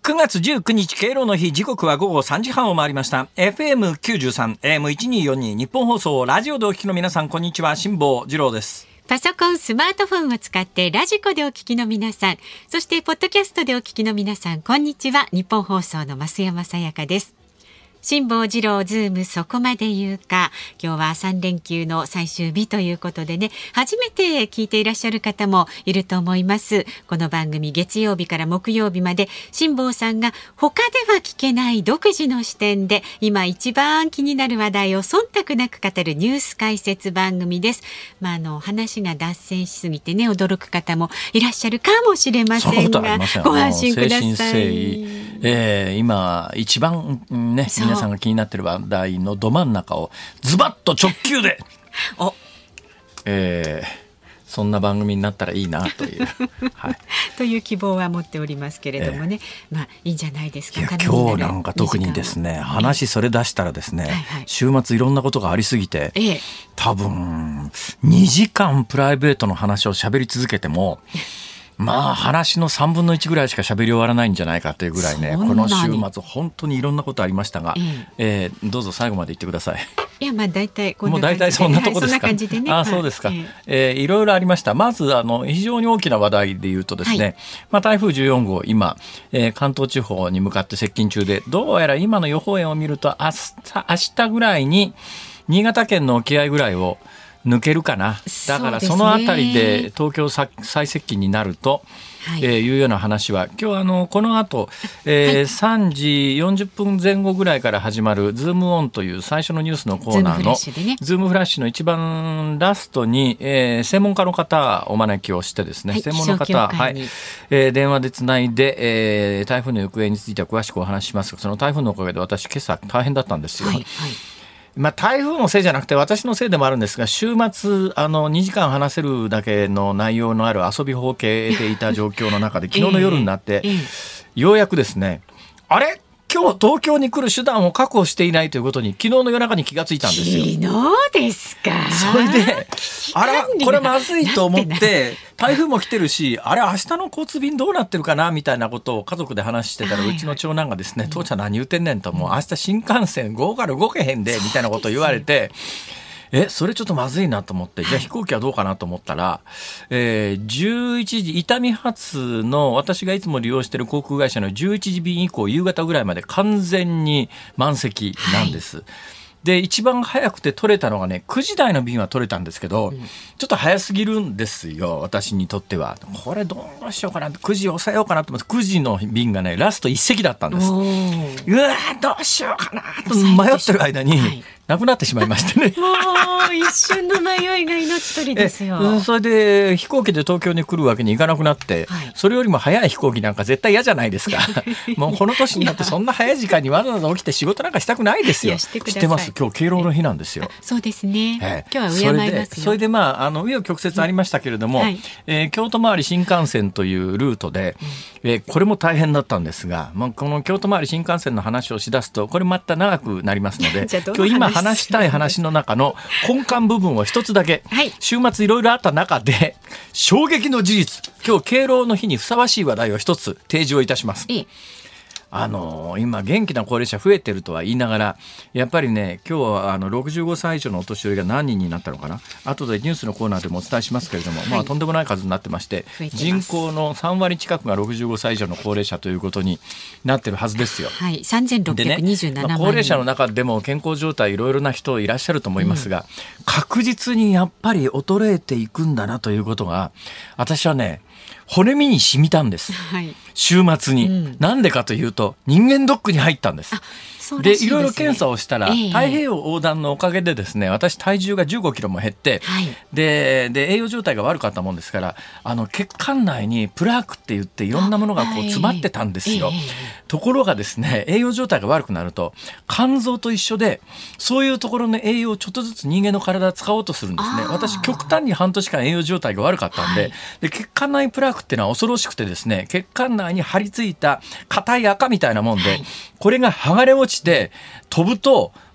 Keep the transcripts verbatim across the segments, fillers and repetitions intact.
くがつじゅうくにち敬老の日、時刻は午後さんじはんを回りました。 エフエムきゅうじゅうさん エーエムせんにひゃくよんじゅうに 日本放送ラジオでお聞きの皆さん、こんにちは。辛坊治郎です。 パソコン、スマートフォンを使ってラジコでお聞きの皆さん、そしてポッドキャストでお聞きの皆さん、こんにちは。日本放送の増山さやかです。辛坊治郎ズームそこまで言うか。今日はさん連休の最終日ということでね、初めて聞いていらっしゃる方もいると思います。この番組、月曜日から木曜日まで辛坊さんが他では聞けない独自の視点で今一番気になる話題を忖度なく語るニュース解説番組です。まあ、あの話が脱線しすぎてね、驚く方もいらっしゃるかもしれませんが、ご安心ください。 誠心誠意、えー、今一番ね、皆さんが気になっている話題のど真ん中をズバッと直球でお、えー、そんな番組になったらいいなという、はい、という希望は持っておりますけれどもね、えー、まあいいんじゃないですか。 いや今日なんか特にですね、話それ出したらですね、はいはい、週末いろんなことがありすぎて、えー、多分にじかんプライベートの話を喋り続けてもまあ話のさんぶんのいちぐらいしか喋り終わらないんじゃないかというぐらいね、この週末本当にいろんなことありましたが、えーえー、どうぞ最後まで言ってください。 いや、まあ大体こんな感じで、 もう大体そんなとこですか。はい、そんな感じでね。 あ、そうですか。えーえー、いろいろありました。まずあの非常に大きな話題で言うとですね、はい、まあ、台風じゅうよんごう今、えー、関東地方に向かって接近中で、どうやら今の予報円を見ると明日、明日ぐらいに新潟県の沖合ぐらいを抜けるかな。だからそのあたりで東京最接近になると、はい、えー、いうような話は今日あのこの後、えーはい、さんじよんじゅっぷんぜん後ぐらいから始まるズームオンという最初のニュースのコーナーのズームフラッシュの一番ラストに、えー、専門家の方お招きをしてですね、はい、専門の方、はい、えー、電話でつないで、えー、台風の行方については詳しくお話ししますが、その台風のおかげで私今朝大変だったんですよ。はいはい、まあ、台風のせいじゃなくて私のせいでもあるんですが、週末あのにじかん話せるだけの内容のある遊び法を得ていた状況の中で昨日の夜になって、えーえー、ようやくですね、あれ今日東京に来る手段を確保していないということに昨日の夜中に気がついたんですよ。 昨日ですか。 それであらこれまずいと思って台風も来てるし、あれ明日の交通便どうなってるかなみたいなことを家族で話してたら、うちの長男がですね、父ちゃん何言ってんねんと、もう明日新幹線午後から動けへんでみたいなことを言われて、えそれちょっとまずいなと思って、じゃあ飛行機はどうかなと思ったら、えー、じゅういちじ伊丹発の私がいつも利用している航空会社のじゅういちじ便以降夕方ぐらいまで完全に満席なんです。はい、で一番早くて取れたのがねくじ台の便は取れたんですけど、うん、ちょっと早すぎるんですよ私にとっては。これどうしようかな、くじ抑えようかなと思って、くじの便がねラストいっ席だったんです。うわどうしようかなと迷ってる間に、はい、なくなってしまいましてね。 もう一瞬の迷いが命取りですよ。 えそれで飛行機で東京に来るわけにいかなくなって、はい、それよりも早い飛行機なんか絶対嫌じゃないですか。もうこの年になってそんな早い時間にわざわざ起きて仕事なんかしたくないですよ。 して知ってます。今日敬老の日なんですよ。 そうですね、えー、今日は敬いますよ。それで、 それでまああの紆余曲折ありましたけれども、はい、えー、京都周り新幹線というルートで、えー、これも大変だったんですが、まあ、この京都周り新幹線の話をしだすとこれまた長くなりますので今日今話したい話の中の根幹部分を一つだけ、はい、週末いろいろあった中で衝撃の事実、今日敬老の日にふさわしい話題を一つ提示をいたします。いいあのー、今元気な高齢者増えてるとは言いながら、やっぱりね今日はあのろくじゅうごさい以上のお年寄りが何人になったのかな、後でニュースのコーナーでもお伝えしますけれども、はい、まあ、とんでもない数になってまして、人口のさんわり近くがろくじゅうごさい以上の高齢者ということになってるはずですよ。 はい、さんぜんろっぴゃくにじゅうななまん人、 でね、まあ、高齢者の中でも健康状態いろいろな人いらっしゃると思いますが、うん、確実にやっぱり衰えていくんだなということが私はね骨身に染みたんです、はい、週末に、うん、なんでかというと人間ドックに入ったんです。でいろいろ検査をしたら、えー、太平洋横断のおかげでですね、私体重がじゅうごキロも減って、はい、で, で栄養状態が悪かったもんですから、あの血管内にプラークって言っていろんなものがこう詰まってたんですよ、えー、ところがですね栄養状態が悪くなると肝臓と一緒でそういうところの栄養をちょっとずつ人間の体を使おうとするんですね。私極端に半年間栄養状態が悪かったんで、はい、で血管内プラークっていうのは恐ろしくてですね、血管内に張り付いた硬い垢みたいなもんで、はい、これが剥がれ落ちて飛ぶと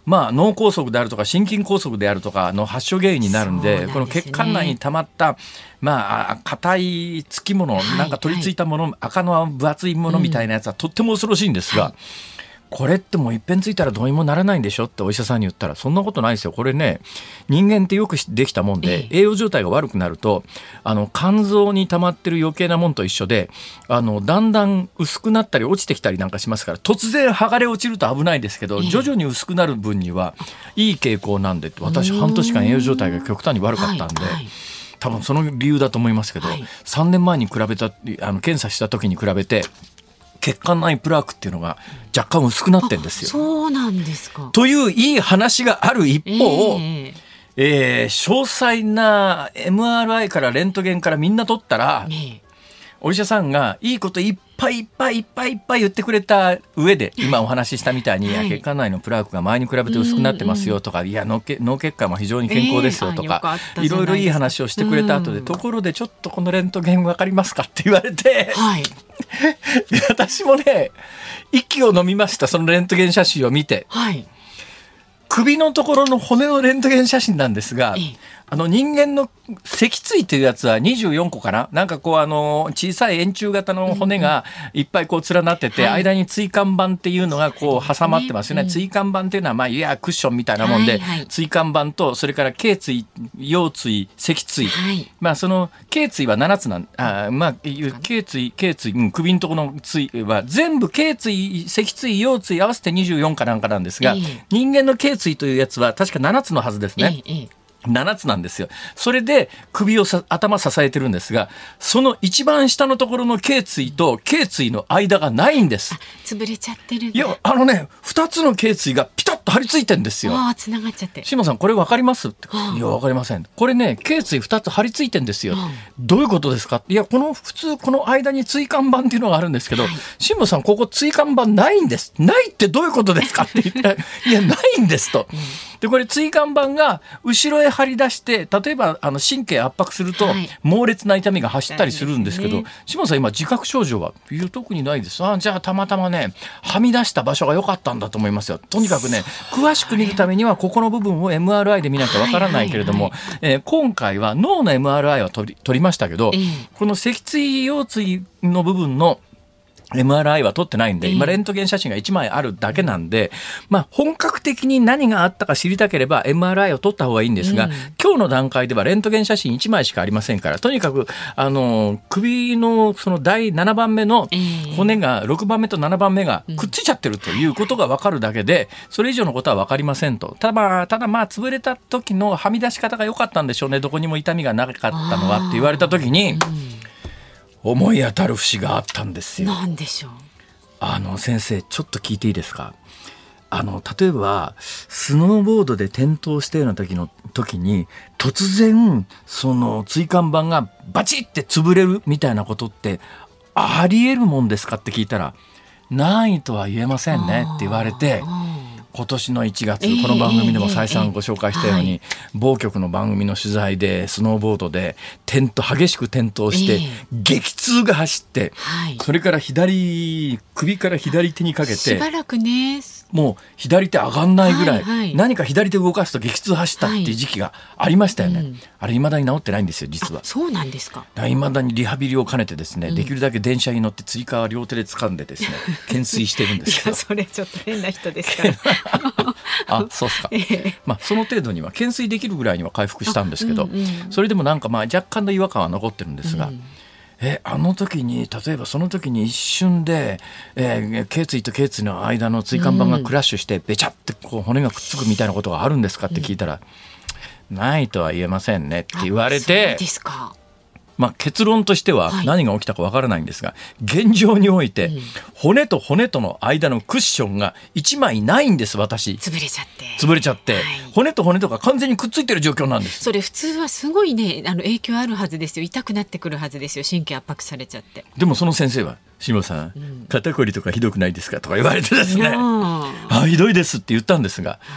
まあ、脳梗塞であるとか心筋梗塞であるとかの発症原因になるん で, そうなんですね。 この血管内に溜まったまあ硬いつきもの、 はい、 なんか取り付いたもの、はい、赤の分厚いものみたいなやつはとっても恐ろしいんですが、うん、はい、これってもう一遍ついたらどうにもならないんでしょってお医者さんに言ったら、そんなことないですよ。これね、人間ってよくできたもんで、栄養状態が悪くなるとあの肝臓に溜まってる余計なもんと一緒で、あのだんだん薄くなったり落ちてきたりなんかしますから、突然剥がれ落ちると危ないですけど、徐々に薄くなる分にはいい傾向なんで、私半年間栄養状態が極端に悪かったんで、はいはい、多分その理由だと思いますけど、はい、さんねんまえに比べたあの検査した時に比べて血管内プラークっていうのが若干薄くなってんですよ。 そうなんですか。 といういい話がある一方、えーえー、詳細な エムアールアイ からレントゲンからみんな取ったら、ね、お医者さんがいいこといっぱいいっぱいいっぱいいっぱい言ってくれた上で、今お話ししたみたいに、はい、血管内のプラークが前に比べて薄くなってますよとか、うんうん、いや 脳, 脳血管も非常に健康ですよとか、えー、いろいろいい話をしてくれた後で、うん、ところでちょっとこのレントゲン分かりますかって言われて、はい、私もね息を飲みました。そのレントゲン写真を見て、はい、首のところの骨のレントゲン写真なんですが、えーあの人間の脊椎というやつはにじゅうよんこかな、なんかこうあの小さい円柱型の骨がいっぱいこう連なってて、うん、間に椎間板っていうのがこう挟まってますよね。うん、椎間板っていうのはまあいやクッションみたいなもんで、はいはい、椎間板とそれから頸椎、腰椎、脊椎、はい、まあその頸椎はななつなんあまあ頸椎頸椎、うん、首のところの椎は全部頸椎脊椎腰椎合わせてにじゅうよんかなんかなんですが、えー、人間の頸椎というやつは確かななつのはずですね。えーえーななつなんですよ。それで首をさ頭支えてるんですが、その一番下のところの頸椎と頸椎の間がないんです。 潰れちゃってるんだ。 いやあのねふたつの頸椎がピタッと張り付いてるんですよ。 ああ、つながっちゃって。 志麻さんこれ分かりますって。いや分かりません。これね頸椎ふたつ張り付いてるんですよ。どういうことですか。いやこの普通この間に椎間板っていうのがあるんですけど、はい、志麻さんここ椎間板ないんです。ないってどういうことですかって言ったらいやないんですと。うん、でこれ椎間板が後ろへ張り出して、例えばあの神経圧迫すると猛烈な痛みが走ったりするんですけど、はい、志麻さん今自覚症状はいや特にないです。あじゃあたまたまねはみ出した場所が良かったんだと思いますよ。とにかくね詳しく見るためにはここの部分を エムアールアイ で見なきゃわからないけれども、えー、今回は脳の エムアールアイ は取り、取りましたけど、えー、この脊椎腰椎の部分のエムアールアイ は撮ってないんで、今レントゲン写真がいちまいあるだけなんで、まあ本格的に何があったか知りたければ エムアールアイ を撮った方がいいんですが、うん、今日の段階ではレントゲン写真いちまいしかありませんから、とにかくあの首のそのだいななばんめの骨がろくばんめとななばんめがくっついちゃってるということが分かるだけで、それ以上のことは分かりませんと。ただまあただまあ潰れた時のはみ出し方が良かったんでしょうね。どこにも痛みがなかったのはって言われた時に、うん、思い当たる節があったんですよ。 なんでしょう。 あの先生ちょっと聞いていいですか。あの例えばスノーボードで転倒したような時の時に突然その椎間板がバチッて潰れるみたいなことってありえるもんですかって聞いたら、ないとは言えませんねって言われて、今年のいちがつ、この番組でも再三ご紹介したように、えーえーえー、某局の番組の取材でスノーボードで転倒激しく転倒して、えー、激痛が走って、はい、それから左首から左手にかけてしばらくねもう左手上がんないぐらい、はいはい、何か左手動かすと激痛走ったっていう時期がありましたよね、はい、うん、あれ未だに治ってないんですよ実は。 そうなんですか。 未だにリハビリを兼ねてですね、うん、できるだけ電車に乗ってつり革両手で掴んでですね懸垂してるんですけど。いやそれちょっと変な人ですからあ、そうですか、えーまあ、その程度には懸垂できるぐらいには回復したんですけど、うんうん、それでもなんかまあ若干の違和感は残ってるんですが、うん、えあの時に例えばその時に一瞬で、えー、頸椎と頸椎の間の椎間板がクラッシュしてべちゃってこう骨がくっつくみたいなことがあるんですかって聞いたら、うん、ないとは言えませんねって言われて。 そうですか。 まあ、結論としては何が起きたかわからないんですが、はい、現状において骨と骨との間のクッションがいちまいないんです。私潰れちゃって潰れちゃって、はい、骨と骨とか完全にくっついてる状況なんです。 それ普通はすごいね、あの影響あるはずですよ。痛くなってくるはずですよ。神経圧迫されちゃって。でもその先生は志麻さん、うん、肩こりとかひどくないですかとか言われてですね、あひどいですって言ったんですが、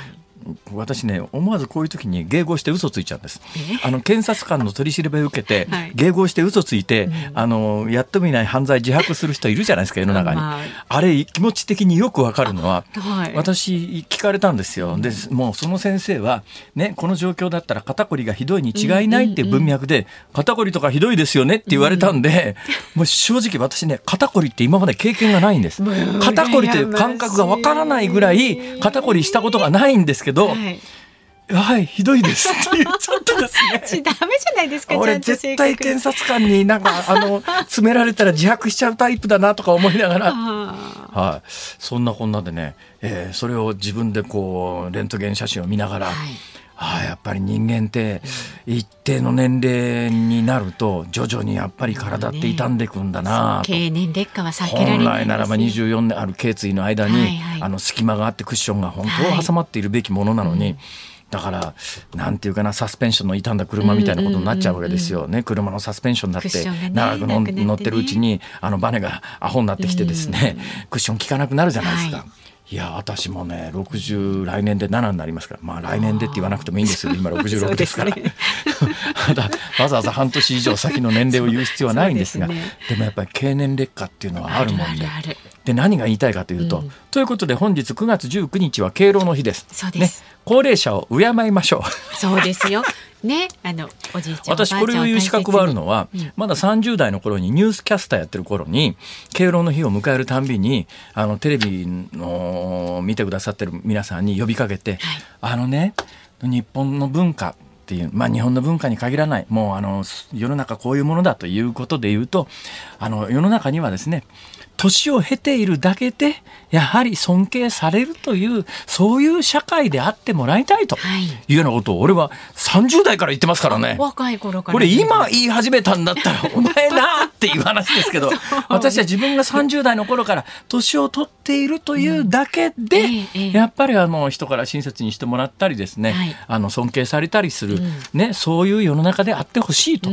私ね思わずこういう時に迎合して嘘ついちゃうんです。あの検察官の取り調べを受けて、はい、迎合して嘘ついて、うん、あのやってもいない犯罪自白する人いるじゃないですか世の中に、まあ、あれ気持ち的によくわかるのは、はい、私聞かれたんですよ。でもうその先生は、ね、この状況だったら肩こりがひどいに違いないっていう文脈で、うんうんうん、肩こりとかひどいですよねって言われたんで、うん、もう正直私ね肩こりって今まで経験がないんです。肩こりという感覚がわからないぐらい肩こりしたことがないんですけど、はいはい、ひどいですって言っちゃってですね。 ダメじゃないですか。 俺絶対検察官になんかあの詰められたら自白しちゃうタイプだなとか思いながら、はい、そんなこんなでね、えー、それを自分でこうレントゲン写真を見ながら、はい、あやっぱり人間って一定の年齢になると徐々にやっぱり体って傷んでいくんだなと、 経年劣化は避けられないです。 本来ならばにじゅうよねんある頸椎の間に、はいはい、あの隙間があってクッションが本当は挟まっているべきものなのに、はい、うんだからなんていうかなサスペンションの傷んだ車みたいなことになっちゃうわけですよね、うんうんうんうん、車のサスペンションだって長くの、ね、乗ってるうちにあのバネがアホになってきてですね、うんうん、クッション効かなくなるじゃないですか、はい、いや私もねろくじゅう来年でななになりますから、まあ来年でって言わなくてもいいんですよ今ろくじゅうろくですからね、だわざわざ半年以上先の年齢を言う必要はないんですが で, す、ね、でもやっぱり経年劣化っていうのはあるもんで、あるあるあるで何が言いたいかというと、うん、ということで本日くがつじゅうくにちは敬老の日です。 そうです、 ね、高齢者を敬いましょう。 そうですよね、あのおじいちゃんおばあちゃん私これを言う資格はあるのは、うん、まださんじゅう代の頃にニュースキャスターやってる頃に敬老の日を迎えるたんびにあのテレビの見てくださってる皆さんに呼びかけて、はい、あのね日本の文化っていう、まあ、日本の文化に限らないもうあの世の中こういうものだということで言うとあの世の中にはですね年を経ているだけでやはり尊敬されるというそういう社会であってもらいたいというようなことを俺はさんじゅう代から言ってますからね。 若い頃からこれ今言い始めたんだったらお前なっていう話ですけど私は自分がさんじゅう代の頃から年を取っているというだけで、うんええ、やっぱりあの人から親切にしてもらったりですね、はい、あの尊敬されたりする、うんね、そういう世の中であってほしいと、うん、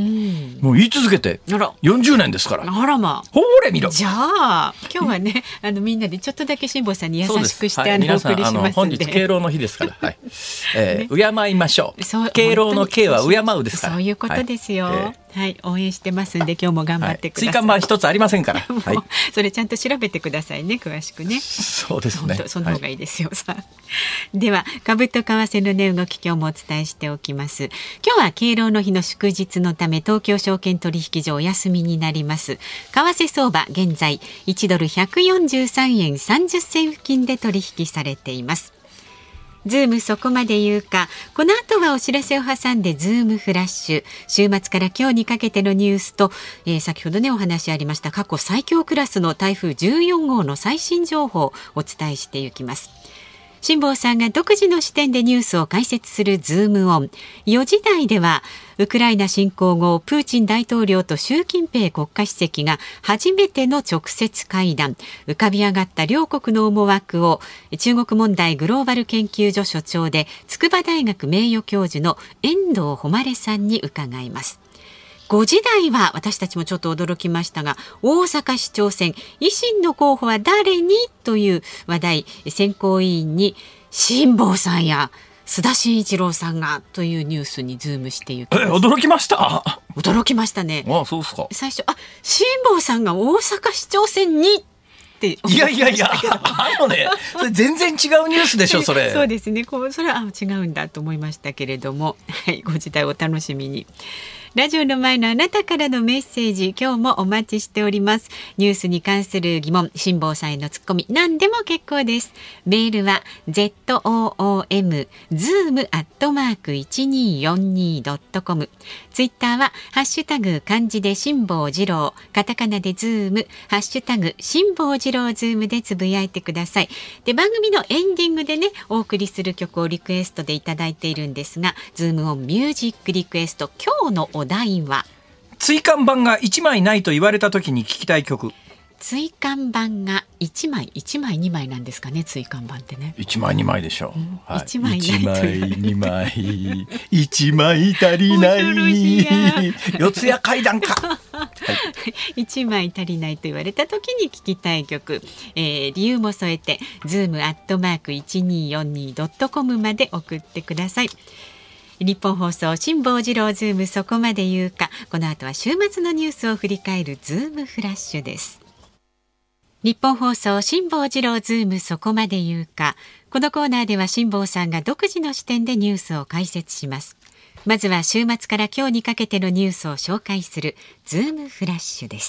もう言い続けてよんじゅうねんですから。 あらまほれ見ろ。 じゃあ今日はねあのみんなでちょっとだけ辛坊さんに優しくして、はい、あのお送りしますので、 皆さんあの本日敬老の日ですから、はいえーね、敬いましょう。敬老の敬は敬うですから。 そういうことですよ、はいえーはい、応援してますんで今日も頑張ってください、 はい、追加版一つありませんから、はい、 それちゃんと調べてくださいね詳しくね。 そうですね、 その方がいいですよ、はい、さでは株と為替の値動き今日もお伝えしておきます。今日は敬老の日の祝日のため東京証券取引所お休みになります。為替相場現在いちドルひゃくよんじゅうさんえんさんじゅっ銭付近で取引されています。ズームそこまで言うか。この後はお知らせを挟んでズームフラッシュ。週末から今日にかけてのニュースと、えー、先ほどねお話ありました過去最強クラスの台風じゅうよん号の最新情報をお伝えしていきます。辛坊さんが独自の視点でニュースを解説するズームオン。よじ台ではウクライナ侵攻後プーチン大統領と習近平国家主席が初めての直接会談。浮かび上がった両国の思惑を中国問題グローバル研究所所長で筑波大学名誉教授の遠藤誉さんに伺います。ごじ台は私たちもちょっと驚きましたが、大阪市長選維新の候補は誰にという話題、選考委員に辛坊さんや須田慎一郎さんがというニュースにズームしていきます。 え驚きました。 驚きましたね。 ああそうですか。 最初あ辛坊さんが大阪市長選にっていやいやいやあのねそれ全然違うニュースでしょそれ。 そうですね、こうそれはあ違うんだと思いましたけれども、はい、ごじ台お楽しみに。ラジオの前のあなたからのメッセージ今日もお待ちしております。ニュースに関する疑問、辛坊さんへのツッコミ何でも結構です。メールは ズーム ズーム アットマーク いちにーよんにー ドットコム。ツイッターはハッシュタグ漢字で辛坊治郎、カタカナでズーム、ハッシュタグ辛坊治郎ズームでつぶやいてください。で番組のエンディングでねお送りする曲をリクエストでいただいているんですが、ズームオンミュージックリクエスト今日のお題は椎間板がいちまいないと言われた時に聞きたい曲。 椎間板がいちまいいちまいにまいなんですかね。椎間板ってねいちまいにまいでしょう、うんはい、 いちまいないにまいいちまい足りない四谷階段か、はいいちまい足りないと言われた時に聴きたい曲、えー、理由も添えて ズーム アットマーク いちにーよんにー ドットコム まで送ってください。日本放送辛坊治郎ズームそこまで言うか。この後は週末のニュースを振り返るズームフラッシュです。日本放送辛坊治郎ズームそこまで言うか。このコーナーでは辛坊さんが独自の視点でニュースを解説します。まずは週末から今日にかけてのニュースを紹介するズームフラッシュです。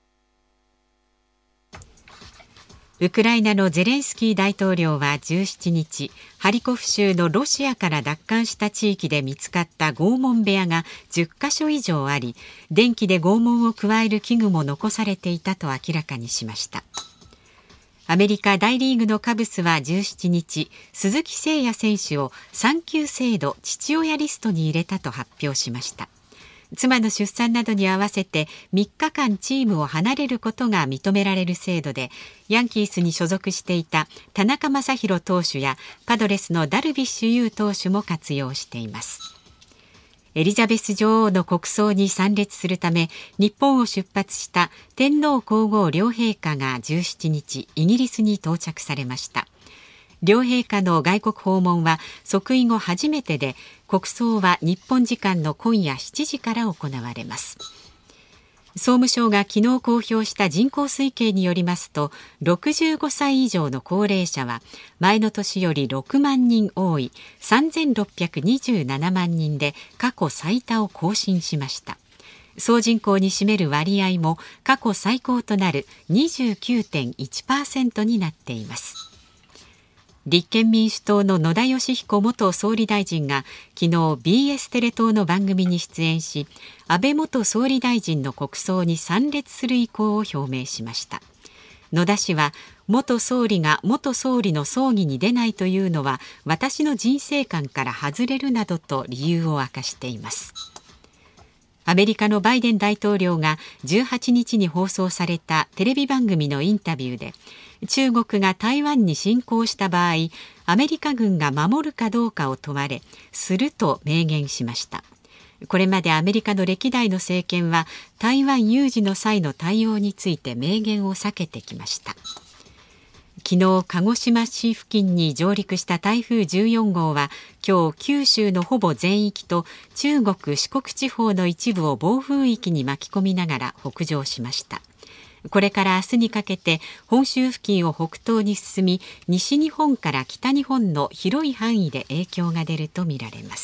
ウクライナのゼレンスキー大統領はじゅうしちにち、ハリコフ州のロシアから奪還した地域で見つかった拷問部屋がじゅっかしょ以上あり、電気で拷問を加える器具も残されていたと明らかにしました。アメリカ大リーグのカブスはじゅうしちにち、鈴木誠也選手を産休制度父親リストに入れたと発表しました。妻の出産などに合わせてみっかかんチームを離れることが認められる制度で、ヤンキースに所属していた田中将大投手やパドレスのダルビッシュ有投手も活用しています。エリザベス女王の国葬に参列するため日本を出発した天皇皇后両陛下がじゅうしちにちイギリスに到着されました。両陛下の外国訪問は即位後初めてで、国葬は日本時間の今夜しちじから行われます。総務省が昨日公表した人口推計によりますと、ろくじゅうごさい以上の高齢者は前の年よりろくまんにん多いさんぜんろっぴゃくにじゅうななまんにんで過去最多を更新しました。総人口に占める割合も過去最高となる にじゅうきゅうてんいちパーセント になっています。立憲民主党の野田佳彦元総理大臣が昨日 ビーエス テレ東の番組に出演し、安倍元総理大臣の国葬に参列する意向を表明しました。野田氏は、元総理が元総理の葬儀に出ないというのは私の人生観から外れるなどと理由を明かしています。アメリカのバイデン大統領がじゅうはちにちに放送されたテレビ番組のインタビューで、中国が台湾に侵攻した場合、アメリカ軍が守るかどうかを問われ、すると明言しました。これまでアメリカの歴代の政権は台湾有事の際の対応について明言を避けてきました。昨日鹿児島市付近に上陸した台風じゅうよんごうは今日九州のほぼ全域と中国四国地方の一部を暴風域に巻き込みながら北上しました。これから明日にかけて本州付近を北東に進み、西日本から北日本の広い範囲で影響が出るとみられます。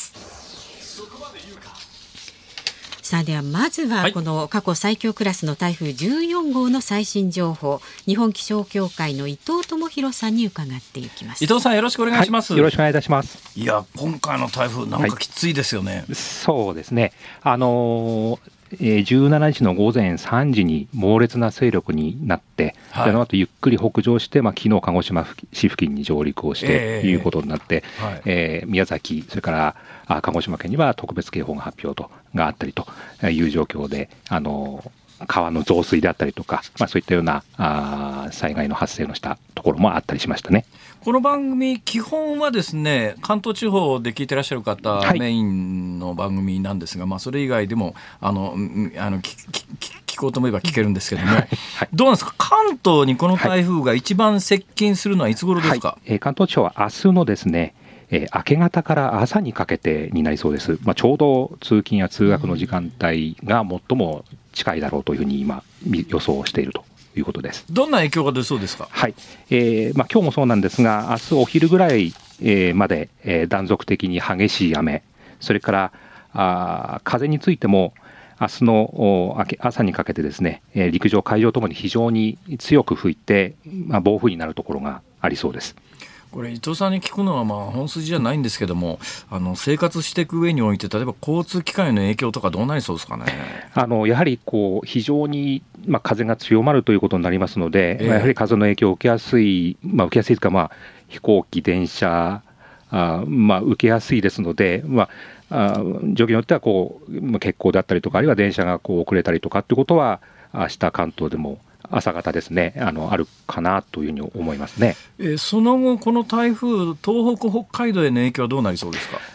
さあ、ではまずはこの過去最強クラスの台風じゅうよんごうの最新情報、日本気象協会の伊藤智博さんに伺っていきます。 伊藤さん、よろしくお願いします。 はい、よろしくお願いいたします。 いや、今回の台風なんかきついですよね。 はい、そうですね。あのーえー、じゅうしちにちの午前さんじに猛烈な勢力になって、はい、その後ゆっくり北上して、まあ、昨日鹿児島市付近に上陸をして、えー、いうことになって、はいえー、宮崎、それからあ鹿児島県には特別警報が発表とがあったりという状況で、あの川の増水であったりとか、まあ、そういったようなあ災害の発生のしたところもあったりしましたね。 この番組基本はですね、関東地方で聞いてらっしゃる方、はい、メインの番組なんですが、まあ、それ以外でもあのあの聞, 聞, 聞こうと思えば聞けるんですけども、はいはい、どうなんですか、関東にこの台風が一番接近するのはいつ頃ですか。 はいはいえー、関東地方は明日のですねえー、明け方から朝にかけてになりそうです。まあ、ちょうど通勤や通学の時間帯が最も近いだろうというふうに今予想しているということです。 どんな影響が出そうですか。 はい、えーまあ、今日もそうなんですが、明日お昼ぐらい、えー、まで、えー、断続的に激しい雨、それからあ風についても明日の朝にかけてですね、陸上海上ともに非常に強く吹いて、まあ、暴風になるところがありそうです。 これ伊藤さんに聞くのはまあ本筋じゃないんですけども、あの生活していく上において例えば交通機関への影響とかどうなりそうですかね。 あのやはりこう非常に、まあ、風が強まるということになりますので、えーまあ、やはり風の影響を受けやすい、まあ、受けやすいというか、まあ、飛行機電車あ、まあ、受けやすいですので、まあ、あ状況によってはこう、まあ、欠航であったりとか、あるいは電車がこう遅れたりとかということは明日関東でも朝方ですね、あのあるかなというふうに思いますね。 えー、その後この台風、東北北海道への影響はどうなりそうですか。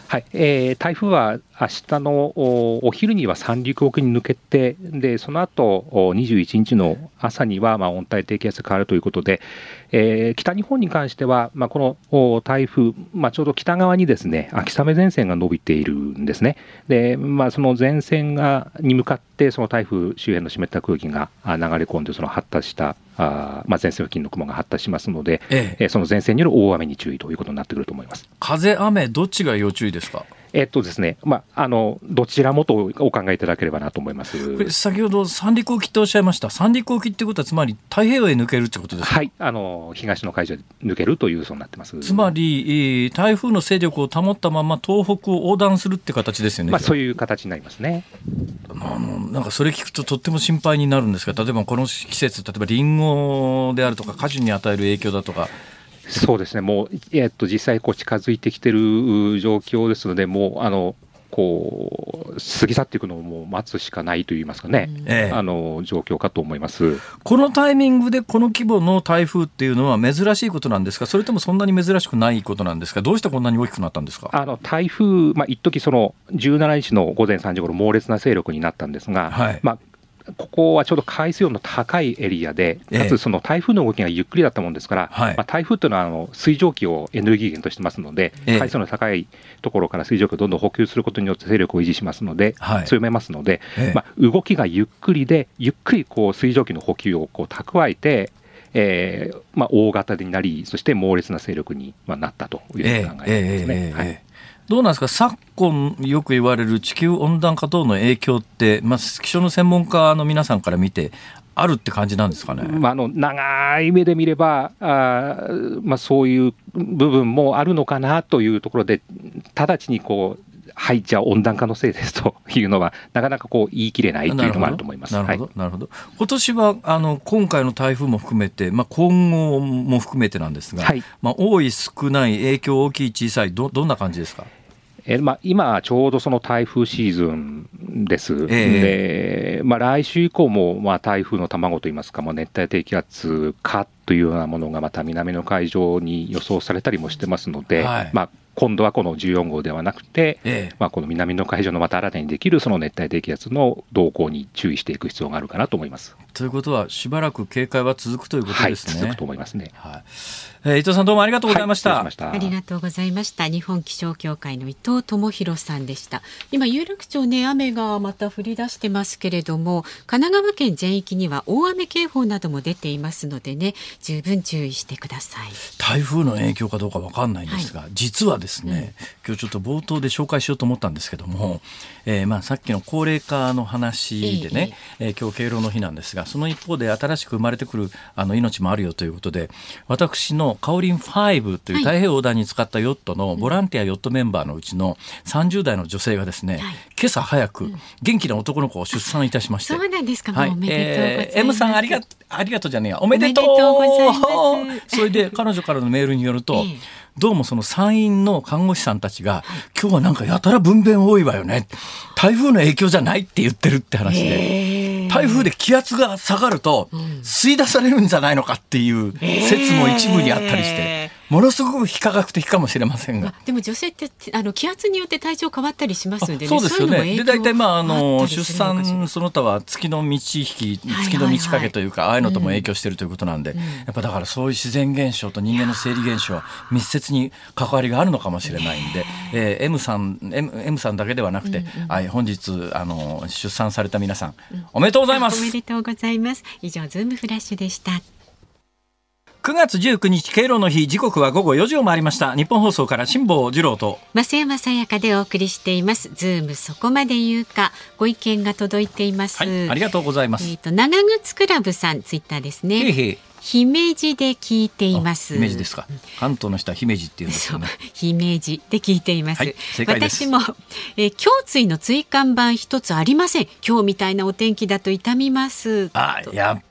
はい、えー、台風は明日のお昼には三陸沖に抜けて、でその後にじゅういちにちの朝にはまあ温帯低気圧が変わるということで、えー、北日本に関しては、まあ、この台風、まあ、ちょうど北側にですね秋雨前線が伸びているんですね。で、まあ、その前線がに向かってその台風周辺の湿った空気が流れ込んで、その発達したあ、まあ、前線付近の雲が発達しますので、ええ、その前線による大雨に注意ということになってくると思います。 風、雨、どっちが要注意ですか？ えっとですね、まあ、あのどちらもとお考えいただければなと思います。 これ先ほど三陸沖っておっしゃいました。三陸沖ってことはつまり太平洋へ抜けるってことですか？ はい、あの東の海上で抜けるというそうになってます。 つまり台風の勢力を保ったまま東北を横断するって形ですよね。 まあ、そういう形になりますね。 あのなんかそれ聞くととっても心配になるんですが、例えばこの季節、例えばリンゴであるとか果樹に与える影響だとか。 そうですね、もう、えっと、実際こう近づいてきている状況ですので、もうあのこう過ぎ去っていくのをもう待つしかないといいますかね、ええ、あの状況かと思います。 このタイミングでこの規模の台風っていうのは珍しいことなんですか、それともそんなに珍しくないことなんですか、どうしてこんなに大きくなったんですか。 あの台風、まあ、一時そのじゅうしちにちの午前さんじごろ猛烈な勢力になったんですが、はい、まあここはちょうど海水温の高いエリアで、かつその台風の動きがゆっくりだったもんですから、ええまあ、台風というのはあの水蒸気をエネルギー源としてますので、ええ、海水温の高いところから水蒸気をどんどん補給することによって勢力を維持しますので、はい、強めますので、ええまあ、動きがゆっくりで、ゆっくりこう水蒸気の補給をこう蓄えて、えーまあ、大型になり、そして猛烈な勢力になったというふうに考えていますね。はい、 どうなんですか、昨今よく言われる地球温暖化等の影響って、まあ、気象の専門家の皆さんから見てあるって感じなんですかね。 まあ、あの長い目で見ればあ、まあ、そういう部分もあるのかなというところで、直ちにこうはい、じゃあ温暖化のせいですというのはなかなかこう言い切れないというのもあると思います。 なるほど、なるほど。今年はあの今回の台風も含めて、まあ、今後も含めてなんですが、はいまあ、多い少ない影響大きい小さい ど, どんな感じですか。 えーまあ、今ちょうどその台風シーズンです、えーでまあ、来週以降もまあ台風の卵といいますか、まあ、熱帯低気圧かというようなものがまた南の海上に予想されたりもしてますので、はいまあ、今度はこのじゅうよんごうではなくて、ええまあ、この南の海上のまた新たにできるその熱帯低気圧の動向に注意していく必要があるかなと思います。 ということはしばらく警戒は続くということですね。 はい、続くと思いますね。 はいえー、伊藤さんどうもありがとうございました。 はい、 ありがとうございました。日本気象協会の伊藤智博さんでした。今有楽町ね、雨がまた降り出してますけれども、神奈川県全域には大雨警報なども出ていますのでね、十分注意してください。 台風の影響かどうか分かんないんですが、はい、実はですね、うん、今日ちょっと冒頭で紹介しようと思ったんですけども、えー、まあさっきの高齢化の話でね、えーえー、今日敬老の日なんですが、その一方で新しく生まれてくるあの命もあるよということで、私のカオリンファイブという太平洋横断に使ったヨットのボランティアヨットメンバーのうちのさんじゅうだいの女性がですね、はい、今朝早く元気な男の子を出産いたしまして、 そうなんですか、はい、もうおめでとうございます、 えー、M さんありがありがとうじゃねえや、おめでとう、 おめでとうございます。 それで彼女からのメールによると、えーどうもその産院の看護師さんたちが、今日はなんかやたら分娩多いわよね、台風の影響じゃないって言ってるって話で、台風で気圧が下がると吸い出されるんじゃないのかっていう説も一部にあったりして、ものすごく非科学的かもしれませんが、 でも女性ってあの気圧によって体調変わったりしますのでね。 そうですよね。で大体まああの出産その他は月の満ち引き、月の満ち欠けというか、ああいうのとも影響しているということなんで、うん、やっぱだからそういう自然現象と人間の生理現象は密接に関わりがあるのかもしれないんで、えー、M さん M, M さんだけではなくて、うんうん、はい、本日あの出産された皆さん、うん、おめでとうございます。 おめでとうございます。以上ズームフラッシュでした。 くがつじゅうくにち敬老の日、時刻はごごよじを回りました。日本放送から辛坊治郎と増山さやかでお送りしていますズームそこまで言うか。ご意見が届いています、 はい、ありがとうございます。 えーと、長靴クラブさんツイッターですね。へーへー、姫路で聞いています。 姫路ですか。関東の人は姫路っていうんですよね。 姫路で聞いています、はい、 正解です。 私も、えー、胸椎の椎間板一つありません。今日みたいなお天気だと痛みます。 あ、やっ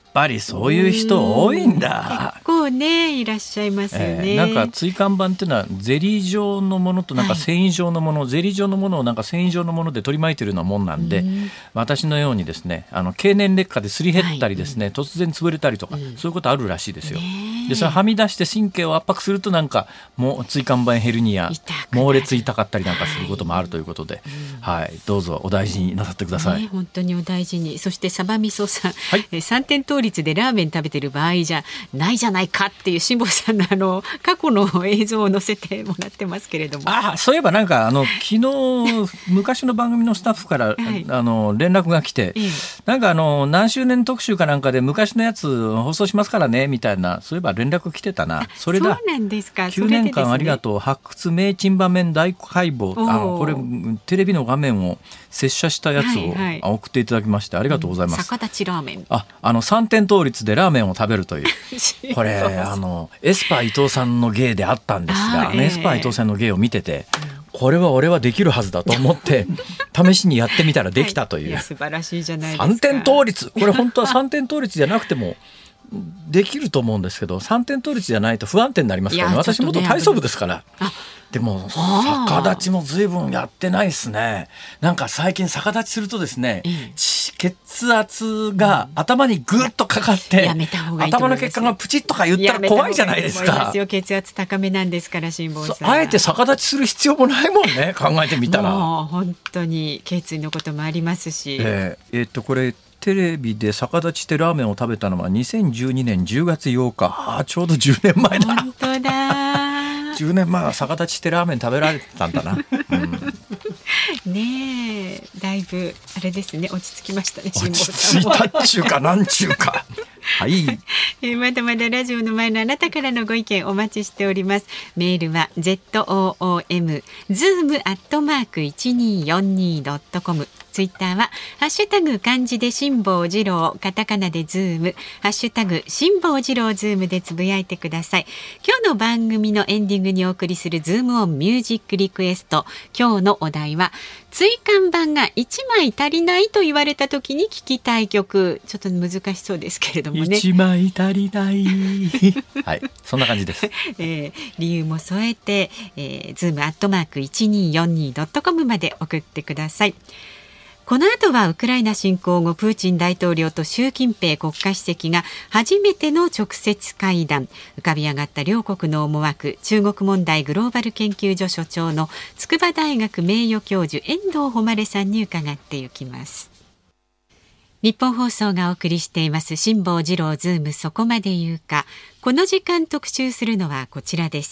ぱりそういう人多いんだ。 結構ねいらっしゃいますよね、 えー、なんか椎間板っていうのはゼリー状のものとなんか繊維状のもの、はい、ゼリー状のものをなんか繊維状のもので取り巻いてるようなもんなんで、ん私のようにですねあの経年劣化ですり減ったりですね、はい、突然潰れたりとか、うん、そういうことあるらしいですよ。でそれはみ出して神経を圧迫するとなんかもう椎間板ヘルニア猛烈痛かったりなんかすることもあるということで、はいはい、どうぞお大事になさってください、 ね、本当にお大事に。そしてサバみそさん、 はい、 さんてん倒立でラーメン食べてる場合じゃないじゃないかっていう辛坊さんのあの過去の映像を載せてもらってますけれども、 あそういえばなんかあの昨日昔の番組のスタッフから、はい、あの連絡が来て、ええ、なんかあの何周年特集かなんかで昔のやつ放送しますからねみたいなそういえば連絡来てたな。それだ。 そうなんですか。 きゅうねんかんありがとう発掘名珍場面大解剖、あのこれテレビの画面を接写したやつを、はいはい、送っていただきましてありがとうございます、 うん、逆立ちラーメン、 ああのさんてん倒立でラーメンを食べるというこれあのエスパー伊藤さんの芸であったんですが、あのエスパー伊藤さんの芸を見てて、これは俺はできるはずだと思って試しにやってみたらできたという、はい、いや素晴らしいじゃないですか。 さんてん倒立、これ本当はさんてん倒立じゃなくてもできると思うんですけど、さんてん倒立じゃないと不安定になりますからね。私元体操部ですから。でも逆立ちも随分やってないですね。なんか最近逆立ちするとですね、うん、血圧が頭にグッとかかって、うん、頭の血管がプチッとか言ったら怖いじゃないですか。 すよ血圧高めなんですから辛坊さん。 あえて逆立ちする必要もないもんね考えてみたら。 もう本当に頸椎のこともありますし、 えー、えー、っとこれテレビで逆立ちしてラーメンを食べたのはにせんじゅうにねんじゅうがつようか。あちょうどじゅうねんまえだ。 本当だじゅうねんまえは逆立ちしてラーメン食べられてたんだな、 うん、ねえだいぶあれですね落ち着きましたね。 落ち着いたっちゅうかなんちゅうかはいえまだまだラジオの前のあなたからのご意見お待ちしております。メールは ズーム ズーム アットマーク いちにーよんにー ドットコム、ツイッターはハッシュタグ漢字で辛坊治郎、カタカナでズーム、ハッシュタグ辛坊治郎ズームでつぶやいてください。今日の番組のエンディングにお送りするズームオンミュージックリクエスト、今日のお題は椎間板がいちまい足りないと言われた時に聴きたい曲。ちょっと難しそうですけれどもね。 いちまい足りないはいそんな感じです、 えー、理由も添えて、えー、ズームアットマーク いちにーよんにー ドットコム まで送ってください。この後はウクライナ侵攻後プーチン大統領と習近平国家主席が初めての直接会談。浮かび上がった両国の思惑、中国問題グローバル研究所所長の筑波大学名誉教授遠藤誉さんに伺っていきます。日本放送がお送りしています辛坊治郎ズームそこまで言うか。この時間特集するのはこちらです。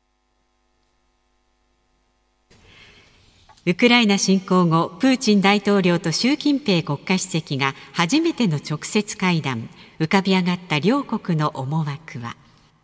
ウクライナ侵攻後、プーチン大統領と習近平国家主席が初めての直接会談。浮かび上がった両国の思惑は。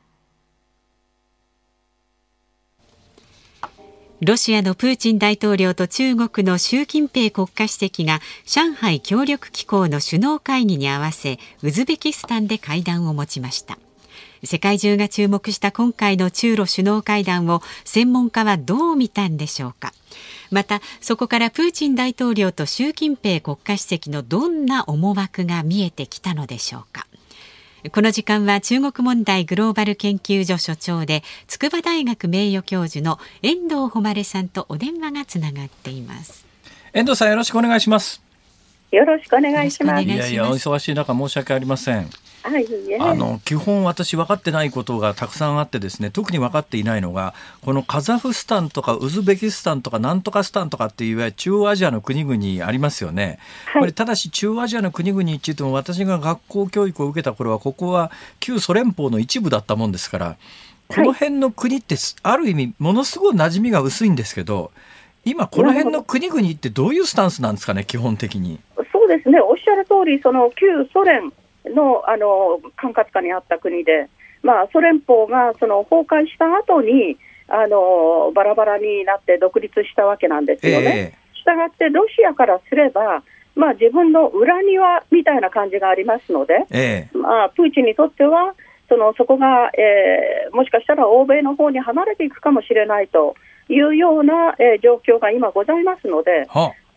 ロシアのプーチン大統領と中国の習近平国家主席が上海協力機構の首脳会議に合わせ、ウズベキスタンで会談を持ちました。世界中が注目した今回の中ロ首脳会談を専門家はどう見たんでしょうか。またそこからプーチン大統領と習近平国家主席のどんな思惑が見えてきたのでしょうか。この時間は中国問題グローバル研究所所長で筑波大学名誉教授の遠藤誉さんとお電話がつながっています。 遠藤さんよろしくお願いします。 よろしくお願いします。 いやいやお忙しい中申し訳ありません。 はい、 あの基本私分かってないことがたくさんあってですね、特に分かっていないのがこのカザフスタンとかウズベキスタンとかなんとかスタンとかっていういわゆる中央アジアの国々ありますよね、はい、これただし中央アジアの国々って言っても私が学校教育を受けた頃はここは旧ソ連邦の一部だったもんですから、この辺の国ってある意味ものすごい馴染みが薄いんですけど、今この辺の国々ってどういうスタンスなんですかね。基本的にそうですね、おっしゃる通りその旧ソ連の, あの管轄下にあった国で、まあ、ソ連邦がその崩壊した後にあのバラバラになって独立したわけなんですよね。したがってロシアからすれば、まあ、自分の裏庭みたいな感じがありますので、ええまあ、プーチンにとっては そ, のそこが、えー、もしかしたら欧米の方に離れていくかもしれないというような、えー、状況が今ございますので、はあ、そ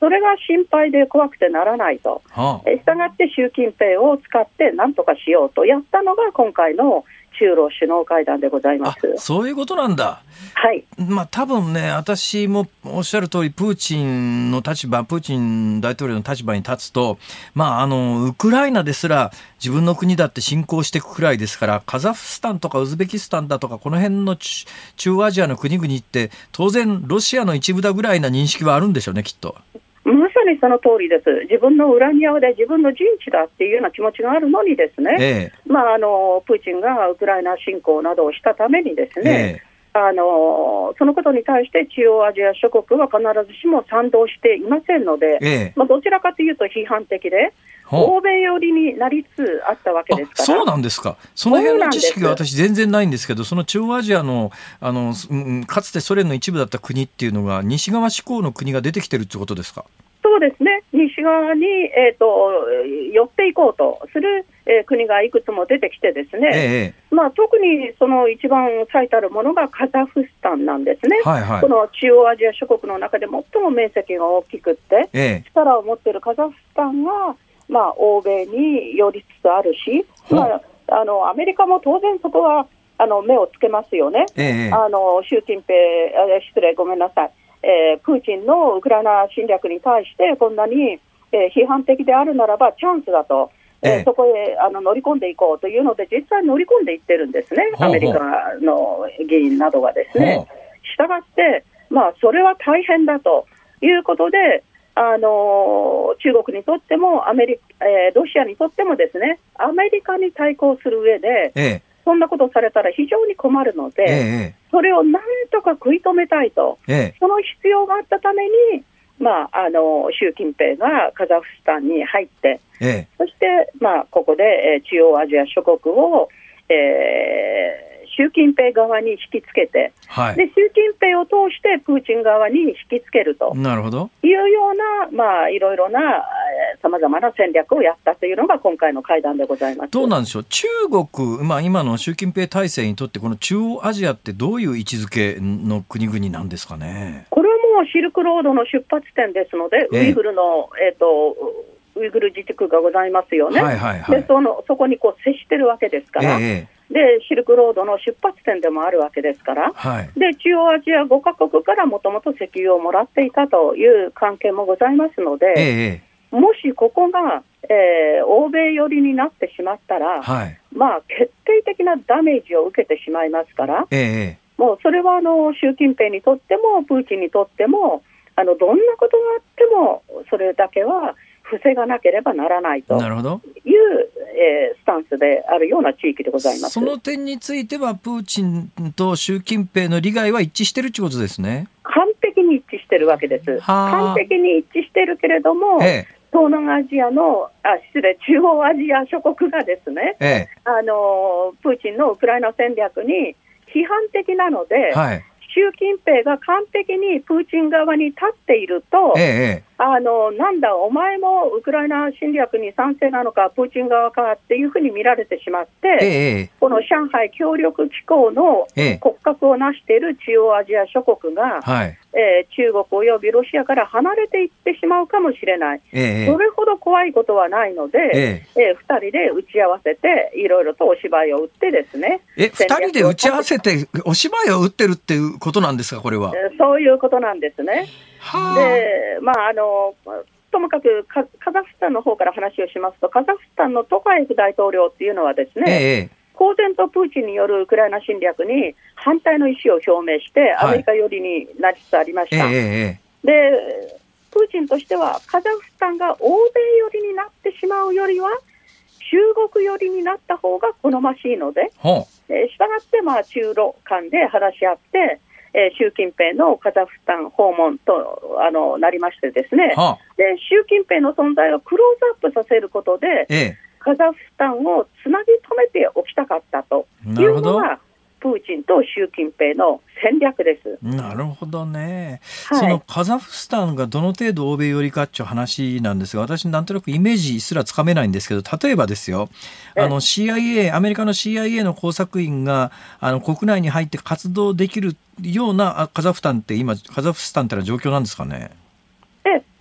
それが心配で怖くてならないと、 はあ、 えしたがって習近平を使って何とかしようとやったのが今回の中ロ首脳会談でございます。 あ、そういうことなんだ。 はい。 まあ多分ね、私もおっしゃる通り、プーチンの立場、プーチン大統領の立場に立つと、まああのウクライナですら自分の国だって侵攻していくくらいですから、カザフスタンとかウズベキスタンだとかこの辺の中央アジアの国々って当然ロシアの一部だぐらいな認識はあるんでしょうね、きっと。 まさにその通りです。自分の裏庭で自分の陣地だっていうような気持ちがあるのにですね、ええ、まあ、あのプーチンがウクライナ侵攻などをしたためにですね、ええ、あのそのことに対して中央アジア諸国は必ずしも賛同していませんので、ええ、まあ、どちらかというと批判的で欧米寄りになりつつあったわけですから。 そうなんですか。その辺の知識が私全然ないんですけど、その中央アジアの、あの、うん、かつてソ連の一部だった国っていうのが西側志向の国が出てきてるってことですか。 そうですね、西側に、えーと、寄っていこうとする、えー、国がいくつも出てきてですね、ええ、まあ、特にその一番最たるものがカザフスタンなんですね、はいはい、この中央アジア諸国の中で最も面積が大きくって、ええ、力を持っているカザフスタンが、まあ、欧米に寄りつつあるし、まあ、あのアメリカも当然そこはあの目をつけますよね、ええ、あの習近平、失礼、ごめんなさい、えー、プーチンのウクライナ侵略に対してこんなに、えー、批判的であるならばチャンスだと、えーええ、そこへあの乗り込んでいこうというので実際乗り込んでいってるんですね、アメリカの議員などがですね。したがって、まあ、それは大変だということで、あのー、中国にとってもアメリカ、えー、ロシアにとってもですね、アメリカに対抗する上で、ええ、そんなことされたら非常に困るので、ええ、それをなんとか食い止めたいと、ええ、その必要があったために、まあ、あの習近平がカザフスタンに入って、ええ、そして、まあ、ここで、えー、中央アジア諸国を、えー習近平側に引きつけて、はい、で習近平を通してプーチン側に引きつけるとなるほどいうような、まあ、いろいろなさまざまな戦略をやったというのが今回の会談でございます。 どうなんでしょう、中国、まあ、今の習近平体制にとってこの中央アジアってどういう位置づけの国々なんですかね。 これはもうシルクロードの出発点ですので、えー、ウイグルの、えーと、ウイグル自治区がございますよね、はいはいはい、で そ, のそこにこう接してるわけですから、えーでシルクロードの出発点でもあるわけですから、はい、で中央アジアごカ国からもともと石油をもらっていたという関係もございますので、ええ、もしここが、えー、欧米寄りになってしまったら、はい、まあ、決定的なダメージを受けてしまいますから、ええ、もうそれはあの習近平にとってもプーチンにとってもあのどんなことがあってもそれだけは防がなければならないという、えー、スタンスであるような地域でございます。 その点についてはプーチンと習近平の利害は一致してるってことですね。 完璧に一致してるわけです。完璧に一致してるけれども、ええ、東南アジアのあ失礼中央アジア諸国がですね、ええ、あのプーチンのウクライナ戦略に批判的なので、はい、習近平が完璧にプーチン側に立っていると、ええ、あのなんだお前もウクライナ侵略に賛成なのかプーチン側かっていうふうに見られてしまって、ええ、この上海協力機構の骨格を成している中央アジア諸国が、はい、えー、中国およびロシアから離れていってしまうかもしれない、ええ、それほど怖いことはないので、えええー、ふたりで打ち合わせていろいろとお芝居を打ってですね。 えふたりで打ち合わせてお芝居を打ってるっていうことなんですか、これは。 えー、そういうことなんですね。で、まあ、あのともかく カ, カザフスタンの方から話をしますと、カザフスタンのトカエフ大統領っていうのはですね、ええ、公然とプーチンによるウクライナ侵略に反対の意思を表明してアメリカ寄りになりつつありました、はい、ええ、でプーチンとしてはカザフスタンが欧米寄りになってしまうよりは中国寄りになった方が好ましいので、えしたがって、まあ、中ロ間で話し合ってえー、習近平のカザフスタン訪問とあのなりましてですね、はあ、で習近平の存在をクローズアップさせることで、ええ、カザフスタンをつなぎ止めておきたかったというのがプーチンと習近平の戦略です。 なるほどね、はい、そのカザフスタンがどの程度欧米寄りかっていう話なんですが、私なんとなくイメージすらつかめないんですけど、例えばですよ、あの シーアイエー アメリカの シーアイエー の工作員があの国内に入って活動できるようなカザフスタンって今カザフスタンってのは状況なんですかね。 えという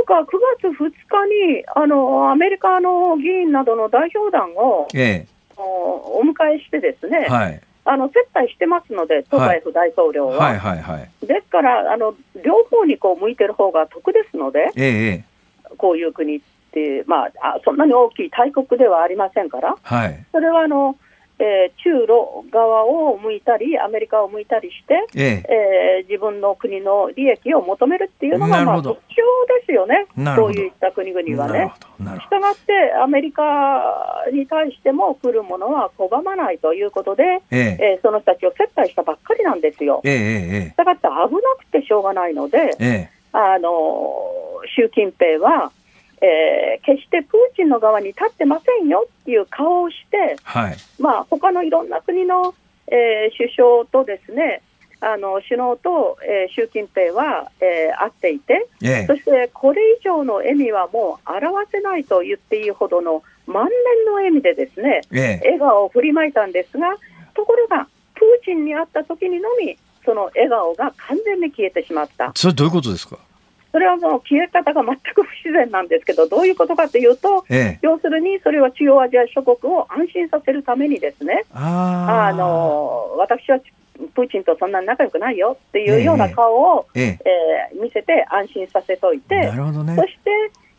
かくがつふつかにあのアメリカの議員などの代表団を、ええ、お迎えしてですね、はい、あの接待してますので、トカエフ大統領は、はいはいはいはい、ですからあの両方にこう向いてる方が得ですので、ええ、こういう国って、まあ、あそんなに大きい大国ではありませんから、はい、それはあのえー、中ロ側を向いたりアメリカを向いたりして、えええー、自分の国の利益を求めるっていうのがまあ特徴ですよね、そういった国々はね。したがってアメリカに対しても来るものは拒まないということで、えええー、その人たちを接待したばっかりなんですよ。したがって危なくてしょうがないので、ええ、あの習近平はえー、決してプーチンの側に立ってませんよっていう顔をして、はい、まあ、他のいろんな国の、えー、首相とですね、あの首脳と、えー、習近平は、えー、会っていて、ええ、そしてこれ以上の笑みはもう表せないと言っていいほどの満面の笑みでですね、ええ、笑顔を振りまいたんですが、ところがプーチンに会った時にのみその笑顔が完全に消えてしまった。 それどういうことですか？ それはもう消え方が全く不自然なんですけど、どういうことかというと、ええ、要するにそれは中央アジア諸国を安心させるためにですね、ああの私はプーチンとそんなに仲良くないよっていうような顔を、ええええー、見せて安心させといて、なるほどね、そして、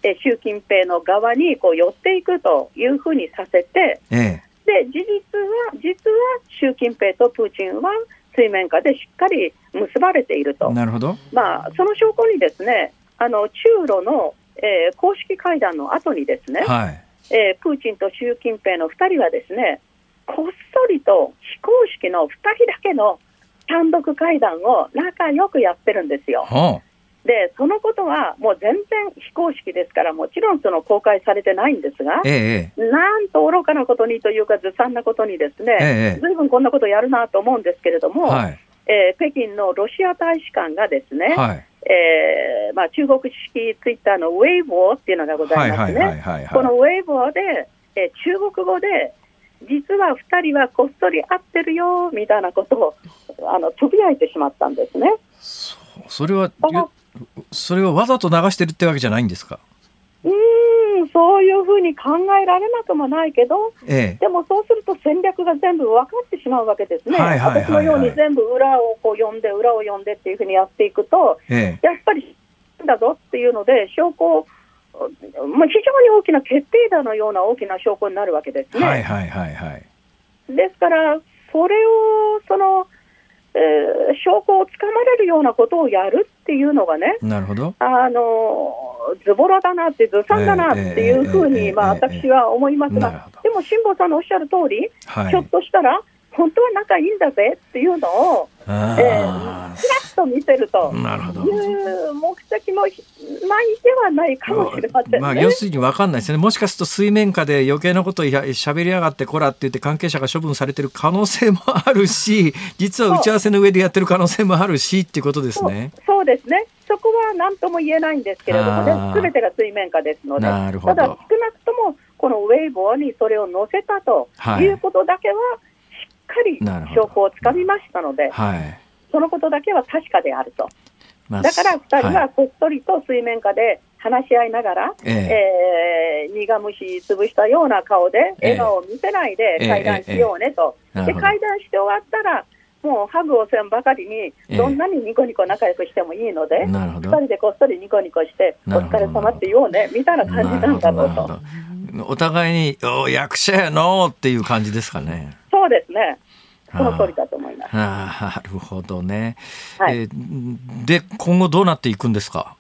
え習近平の側にこう寄っていくというふうにさせて、ええ、で事実は実は習近平とプーチンは水面下でしっかり結ばれていると。なるほど、まあ、その証拠にですね、あの中ロの、えー、公式会談の後にですね、はい、えー、プーチンと習近平のふたりはですね、こっそりと非公式のふたりだけの単独会談を仲良くやってるんですよ。はあ、でそのことはもう全然非公式ですから、もちろんその公開されてないんですが、ええ、なんと愚かなことにというかずさんなことにですね、ええ、ずいぶんこんなことやるなと思うんですけれども、はい、えー、北京のロシア大使館がですね、はい、えーまあ、中国式ツイッターのウェイボーっていうのがございますね。このウェイボーで、えー、中国語で実はふたりはこっそり会ってるよみたいなことをあのつぶやいてしまったんですね。そ, それはそれをわざと流してるってわけじゃないんですか？ うーん、そういうふうに考えられなくもないけど、ええ、でもそうすると戦略が全部分かってしまうわけですね。はいはいはいはい、私のように全部裏をこう読んで裏を読んでっていうふうにやっていくと、ええ、やっぱりだぞっていうので証拠、まあ、非常に大きな決定打のような大きな証拠になるわけですね。はいはいはいはい、ですからそれをそのえー、証拠をつかまれるようなことをやるっていうのがね、なるほど、あのズボラだなってずさんだなっていうふうに私は思いますが、でも辛坊さんのおっしゃる通り、はい、ひょっとしたら本当は仲いいんだぜっていうのをちら、えー、っと見せるという目的もないではないかもしれませんね。 まあ、要するに分かんないですね。もしかすると水面下で余計なことをしゃべりやがってこらって言って関係者が処分されてる可能性もあるし、実は打ち合わせの上でやってる可能性もあるしっていうことですね。 そう、そうですね。そこは何とも言えないんですけれどもね、すべてが水面下ですので、なるほど、ただ少なくともこのウェイボーにそれを載せたということだけは、はい、しっかり証拠をつかみましたので、はい、そのことだけは確かであると、まあ、だからふたりはこっそりと水面下で話し合いながら、えええー、苦虫潰したような顔で笑顔を見せないで会談しようねと、えーえーえー、で会談して終わったらもうハグをせんばかりにどんなにニコニコ仲良くしてもいいので、えー、ふたりでこっそりニコニコしてお疲れ様って言おうねみたいな感じなんだろうと。 お互いにお役者やのっていう感じですかね。 そうですね、その通りだと思います。 ああ、なるほどね、はい、えー、で今後どうなっていくんですか？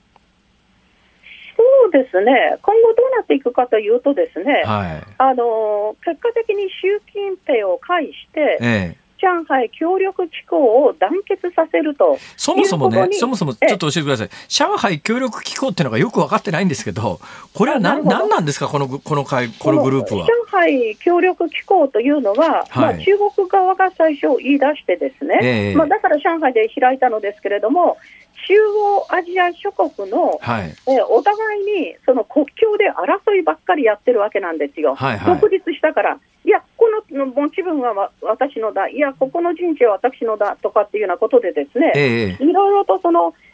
そうですね、今後どうなっていくかというとですね、はい、あの結果的に習近平を介して、ええ、上海協力機構を団結させると。 そもそもね、そもそもちょっと教えてください。上海協力機構っていうのがよく分かってないんですけど、これは何なんですか、このこの会このグループは。 上海協力機構というのは、はい、まあ、中国側が最初言い出してですね、えーまあ、だから上海で開いたのですけれども、中央アジア諸国の、はい、えー、お互いにその国境で争いばっかりやってるわけなんですよ、はいはい、独立したから。いや、この持ち分は私のだ、いや、ここの陣地は私のだとかっていうようなことでですね、えー、いろいろとその、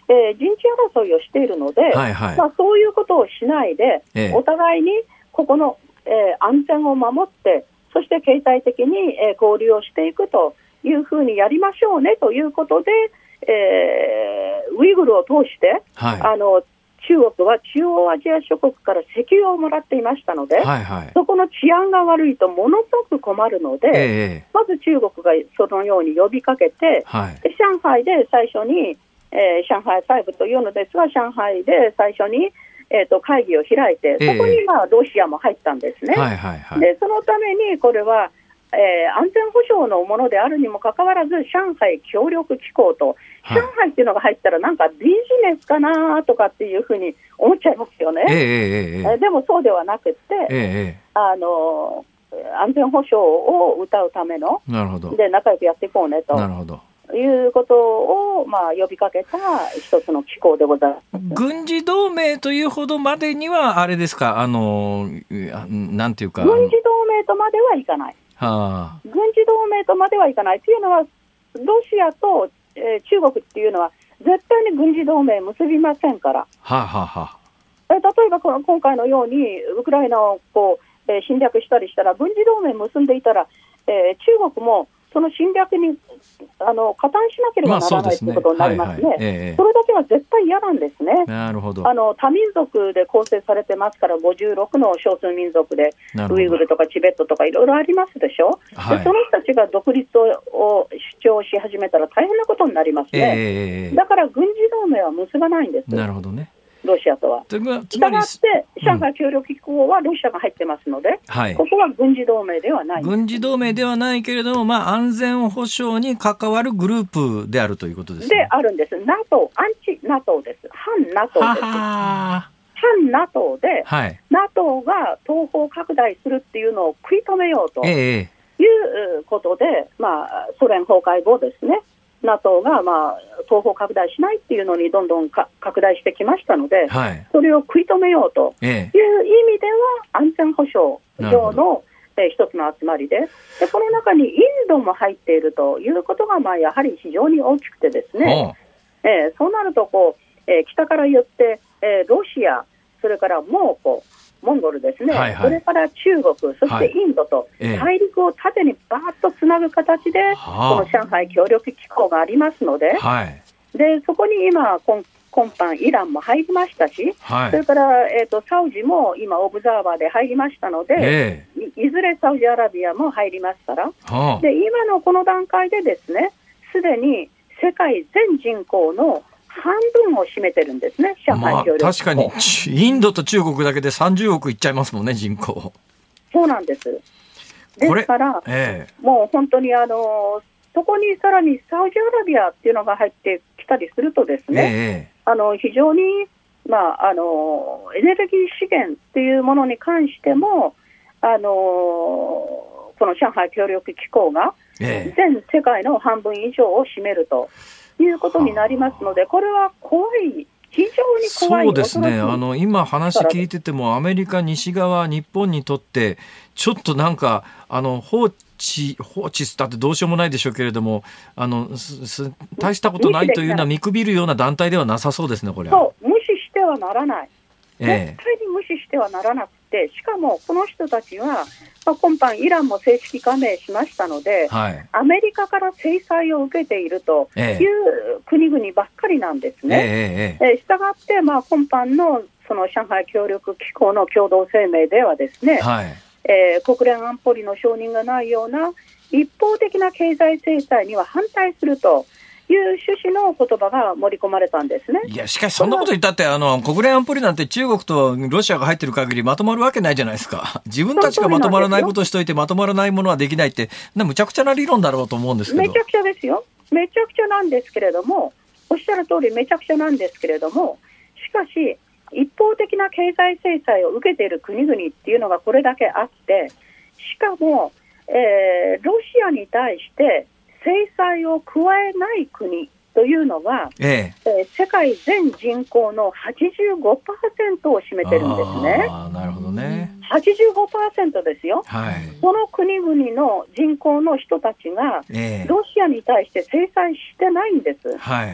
えー、陣地争いをしているので、はいはい、まあ、そういうことをしないで、ええ、お互いにここの、えー、安全を守って、そして経済的に、えー、交流をしていくというふうにやりましょうねということで、えー、ウイグルを通して、はい、あの中国は中央アジア諸国から石油をもらっていましたので、はいはい、そこの治安が悪いとものすごく困るので、えー、まず中国がそのように呼びかけて、はい、上海で最初に、えー、上海ファイブというのですが、上海で最初に、えー、と会議を開いて、そこに、まあ、ロシアも入ったんですね、はいはいはい、でそのためにこれは、えー、安全保障のものであるにもかかわらず、上海協力機構と、はい、上海っていうのが入ったらなんかビジネスかなとかっていうふうに思っちゃいますよね、えーえーえー、でもそうではなくって、えー、あの安全保障を謳うためのなるほどで仲良くやっていこうねとなるほどいうことを、まあ、呼びかけた一つの機構でございます。 軍事同盟というほどまでにはあれですか、あのなんていうか、 軍事同盟とまではいかない、はあ、軍事同盟とまではいかないというのは、ロシアと、えー、中国っていうのは絶対に軍事同盟結びませんから、はあはあはあ、え例えばこの今回のようにウクライナをこう、えー、侵略したりしたら、軍事同盟結んでいたら、えー、中国もその侵略にあの加担しなければならないということになりますね。まあそうですね。はいはい、ええ、それだけは絶対嫌なんですね。なるほど。あの多民族で構成されてますから、ごじゅうろくの少数民族でウイグルとかチベットとかいろいろありますでしょ、はい、でその人たちが独立を主張し始めたら大変なことになりますね、ええ、だから軍事同盟は結ばないんです。なるほどね。ロシアとは。つまり、したがって上海協力機構はロシアが入ってますので、うんはい、ここは軍事同盟ではない。 軍事同盟ではないけれども、まあ、安全保障に関わるグループであるということですね。 であるんです。NATO、アンチ NATO です。反 NATO です。はは反 NATO で、はい、NATO が東方拡大するっていうのを食い止めようということで、ええまあ、ソ連崩壊後ですね、NATO が、まあ、東方拡大しないっていうのにどんどんか拡大してきましたので、はい、それを食い止めようという意味では、安全保障上の、えー、一つの集まり で, でこの中にインドも入っているということが、まあ、やはり非常に大きくてですね、えー、そうなるとこう、えー、北から言って、えー、ロシア、それからモーコ、モンゴルですね、はいはい、それから中国、そしてインドと大陸を縦にバーッとつなぐ形で、はい、この上海協力機構がありますので、はい、でそこに今今今般イランも入りましたし、はい、それから、えーと、サウジも今オブザーバーで入りましたので、えー、い, いずれサウジアラビアも入りますから、はあ、で今のこの段階でですね、すでに世界全人口の半分を占めてるんですね、上海協力機構、まあ、確かにインドと中国だけでさんじゅうおくいっちゃいますもんね、人口。 そうなんです。ですから、ええ、もう本当にあのそこにさらにサウジアラビアっていうのが入ってきたりするとですね、ええ、あの非常に、まあ、あのエネルギー資源っていうものに関しても、あのこの上海協力機構が全世界の半分以上を占めるということになりますので、これは怖い、非常に怖い。 そうですね、あの今話聞いてても、アメリカ、西側、日本にとってちょっとなんかあの放置放置したってどうしようもないでしょうけれども、あのすす大したことないというのは見くびるような団体ではなさそうですね、これは。 そう無視してはならない、絶対に無視してはならなくて、しかもこの人たちは、まあ、今般イランも正式加盟しましたので、はい、アメリカから制裁を受けているという国々ばっかりなんですね。ええええ、したがって、まあ、今般のその上海協力機構の共同声明ではですね、はい、えー、国連安保理の承認がないような一方的な経済制裁には反対するという趣旨の言葉が盛り込まれたんですね。 いや、しかしそんなこと言ったってあの国連安保理なんて中国とロシアが入ってる限りまとまるわけないじゃないですか。自分たちがまとまらないことをしといてまとまらないものはできないってむちゃくちゃな理論だろうと思うんですけど。 めちゃくちゃですよ。めちゃくちゃなんですけれども、おっしゃる通りめちゃくちゃなんですけれども、しかし一方的な経済制裁を受けている国々っていうのがこれだけあって、しかも、えー、ロシアに対して制裁を加えない国というのは、えええー、世界全人口の はちじゅうごパーセント を占めてるんですね。 あ、なるほどね。 はちじゅうごパーセント ですよ、はい、この国々の人口の人たちがロシアに対して制裁してないんです、はい、し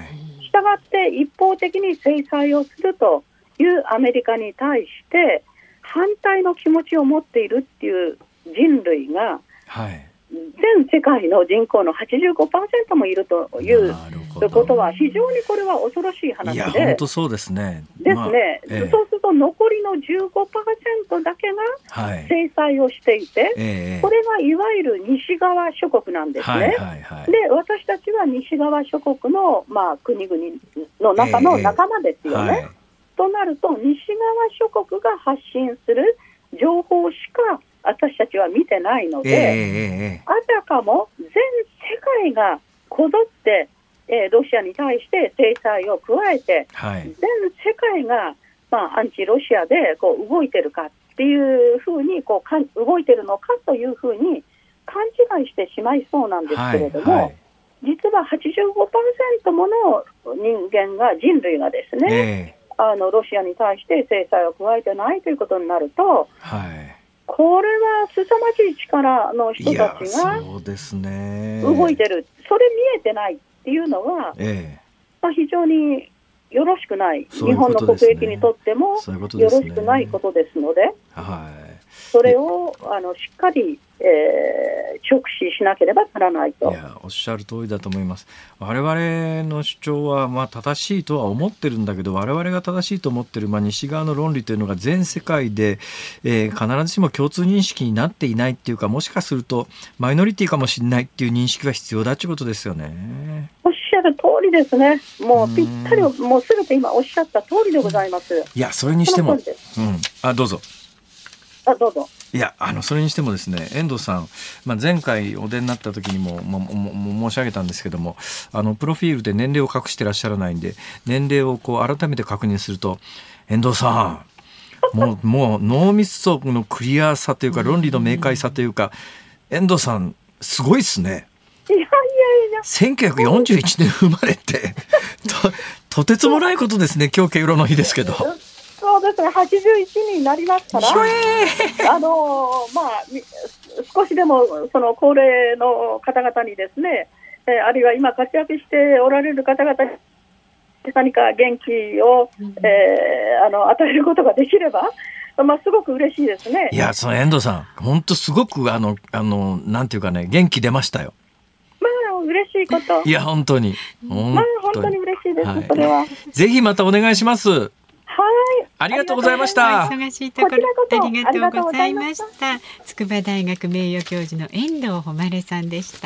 したがって一方的に制裁をするというアメリカに対して反対の気持ちを持っているっていう人類が、はい、全世界の人口の はちじゅうごパーセント もいるということは非常にこれは恐ろしい話で、いや本当そうですね。 ですね、まあええ、そうすると残りの じゅうごパーセント だけが制裁をしていて、はいええ、これがいわゆる西側諸国なんですね、はいはいはい、で私たちは西側諸国の、まあ、国々の中の仲間ですよね、ええはい、となると西側諸国が発信する情報しか私たちは見てないので、えー、あたかも全世界がこぞって、えー、ロシアに対して制裁を加えて、はい、全世界が、まあ、アンチロシアでこう動いてるかっていうふうにこうかん動いてるのかというふうに勘違いしてしまいそうなんですけれども、はいはい、実は はちじゅうごパーセント もの人間が人類がですね、えー、あのロシアに対して制裁を加えてないということになると、はいこれは凄まじい力の人たちが動いてる、それ見えてないっていうのは、ええまあ、非常によろしくない、日本の国益にとってもよろしくないことですので、はい、それをあのしっかり、えー、直視しなければならないと。 いやおっしゃる通りだと思います。我々の主張は、まあ、正しいとは思ってるんだけど我々が正しいと思ってる、まあ、西側の論理というのが全世界で、えー、必ずしも共通認識になっていないっていうかもしかするとマイノリティかもしれないっていう認識が必要だということですよね。 おっしゃる通りですね。もうぴったりもうすべて今おっしゃった通りでございます。 いやそれにしても、うん、あどうぞあどうぞ。 いやあのそれにしてもですね遠藤さん、まあ、前回お出になった時にも、まあ、もも申し上げたんですけどもあのプロフィールで年齢を隠してらっしゃらないんで年齢をこう改めて確認すると遠藤さんもう、もう脳みそのクリアさというか論理の明快さというか遠藤さんすごいですね。 いやいやいやせんきゅうひゃくよんじゅういちねん生まれてと, とてつもないことですね。今日敬老の日ですけどそうですね、はちじゅういちになりますから、あのまあ、少しでもその高齢の方々にですね、えー、あるいは今活躍しておられる方々に何か元気を、うんえー、あの与えることができれば、まあ、すごく嬉しいですね。 いやその遠藤さん本当すごくあのあのなんていうかね元気出ましたよ。 まあ嬉しいこと。 いや本当に本当に、 まあ、本当に嬉しいです、はい、それはぜひまたお願いします。 はい、 ありがとうございました。 忙しいところありがとうございました。筑波大学名誉教授の遠藤誉さんでした。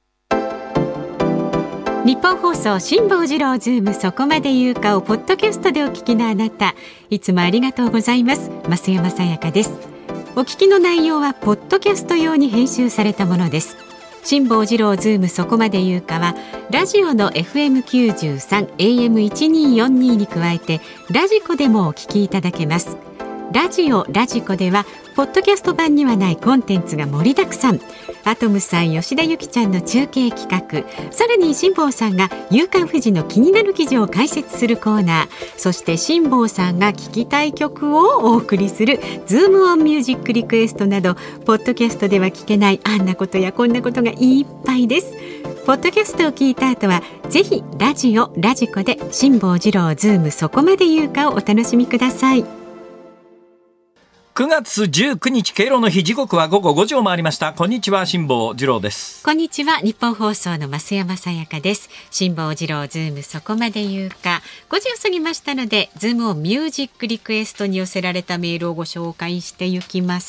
日本放送辛坊治郎ズームそこまで言うかをポッドキャストでお聞きのあなた、いつもありがとうございます。増山さやかです。お聞きの内容はポッドキャスト用に編集されたものです。辛坊治郎ズームそこまで言うかはラジオの エフエムきゅうじゅうさん エーエムせんにひゃくよんじゅうに に加えてラジコでもお聞きいただけます。ラジオラジコではポッドキャスト版にはないコンテンツが盛りだくさん。アトムさん吉田ゆきちゃんの中継企画、さらに辛坊さんが夕刊フジの気になる記事を解説するコーナー、そして辛坊さんが聞きたい曲をお送りするズームオンミュージックリクエストなどポッドキャストでは聞けないあんなことやこんなことがいっぱいです。ポッドキャストを聞いた後はぜひラジオラジコで辛坊治郎ズームそこまで言うかをお楽しみください。 くがつじゅうくにち敬老の日、時刻はごごごじを回りました。こんにちは辛坊治郎です。 こんにちは日本放送の増山さやかです。辛坊治郎ズームそこまで言うかごじを過ぎましたのでズームをミュージックリクエストに寄せられたメールをご紹介していきます。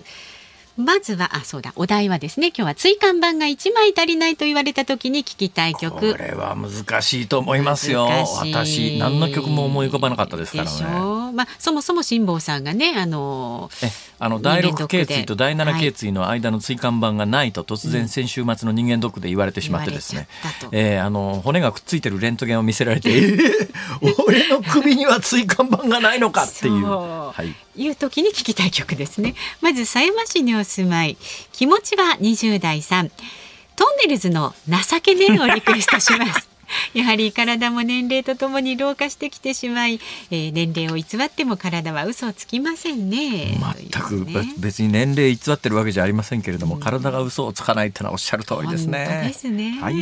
まずはあそうだお題はですね、今日は椎間板がいちまい足りないと言われた時に聴きたい曲。 これは難しいと思いますよ。私何の曲も思い浮かばなかったですからね。でしょ、 まあ、そもそも辛坊さんがねあのえあのだいろく頸椎とだいなな頸椎の間の椎間板がないと突然先週末の人間ドックで言われてしまってですね、うんえー、あの骨がくっついてるレントゲンを見せられて俺の首には椎間板がないのかっていう、はい、 いう時に聴きたい曲ですね。まず狭山市にお住まい気持ちはにじゅうだいさんトンネルズの情けねえをリクエストしますやはり体も年齢とともに老化してきてしまい、えー、年齢を偽っても体は嘘をつきませんね。 全く、ね、別に年齢偽ってるわけじゃありませんけれども、うん、体が嘘をつかないってのはおっしゃる通りですね。 本当ですね、 はい、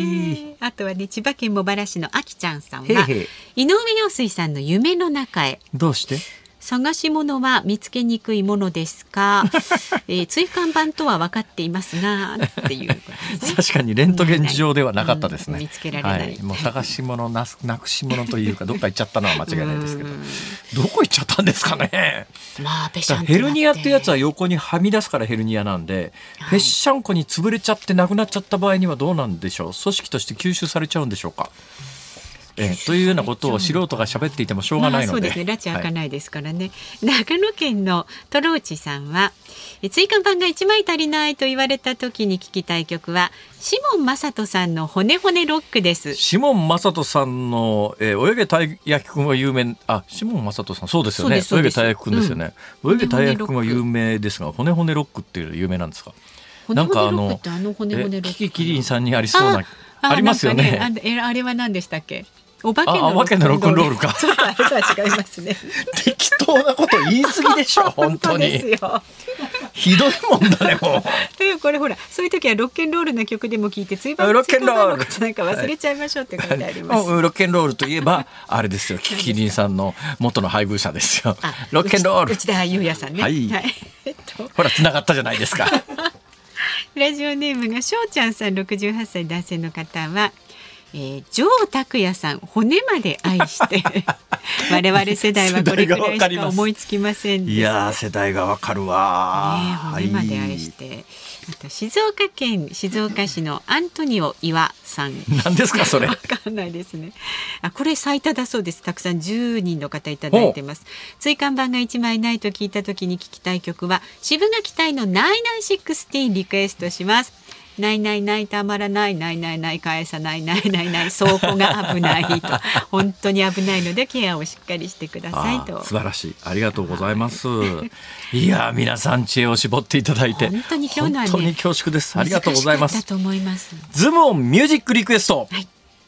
あとはね、千葉県茂原市のあきちゃんさんは、へへ井上陽水さんの夢の中へ。 どうして？ 探し物は見つけにくいものですか、えー、椎間板とは分かっていますがっていう、ね、 確かにレントゲン上ではなかったですね、 うん、見つけられない、はい、 もう探し物なすなくし物というかどっか行っちゃったのは間違いないですけどどこ行っちゃったんですかね。 まあ、ペシャンヘルニアってやつは横にはみ出すからヘルニアなんで、はい、ぺっしゃんこに潰れちゃってなくなっちゃった場合にはどうなんでしょう。組織として吸収されちゃうんでしょうか。えというようなことを素人が喋っていてもしょうがないので、まあ、そうですね、 拉致開かないですからね、はい、長野県のトローチさんは、椎間板がいちまい足りないと言われた時に聞きたい曲はシモン正人さんの骨骨ロックです。 シモン正人さんの、えー、泳げたい焼きくんは有名。あ、シモン正人さん、そうですよね、泳げたい焼きくんですよね、うん、泳げたい焼きくんは有名ですが、骨骨ロックっていう有名なんですか。 なんかあのキキキリンさんにありそうな あ, ありますよね。 あ, ね あ, あれは何でしたっけ。お化けのロックンロールか。 ちょっとあれとは違いますね。 適当なこと言い過ぎでしょ本当に。 本当ですよ。 ひどいもんだねもう。 でもこれほら、そういう時はロッケンロールの曲でも聞いて、追番ロッケンロールのことなんか忘れちゃいましょうって書いてあります。 はい、ロッケンロールといえばあれですよ、キキリンさんの元の配偶者ですよ。ロッケンロール。 内田裕也さんね。 はい。はい、えっと、ほら繋がったじゃないですか。 ラジオネームがしょうちゃんさん、ろくじゅうはっさい男性の方は。えー、城拓也さん、骨まで愛して我々世代はこれくらいしか思いつきませんでした。 いや世代がわかるわ、 ね、骨まで愛して、はい、あと静岡県静岡市のアントニオ岩さん。 何ですかそれ。 わかんないですね。あ、これ最多だそうです。たくさんじゅうにんの方いただいてます。椎間板がいちまいないと聞いた時に聞きたい曲は渋垣隊のナイナイシックスティーンリクエストします。ないないないたまらないないないない返さないないないないそこが危ないと本当に危ないのでケアをしっかりしてくださいと。 素晴らしい、ありがとうございます。いや皆さん知恵を絞っていただいて本当に今日のは、ね、 本当に恐縮です。ありがとうございます。 難しかったと思います。 ズームオンミュージックリクエスト、はい、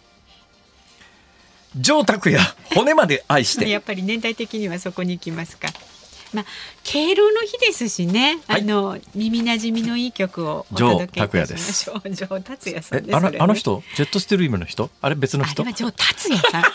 城拓也骨まで愛してやっぱり年代的にはそこに行きますか。まあ、敬老の日ですしね、はい、あの耳なじみのいい曲をお届けいたしましょう。城達也さんです。 あの、あの人ジェットステルイムの人、あれ別の人。 あれは城達也さん。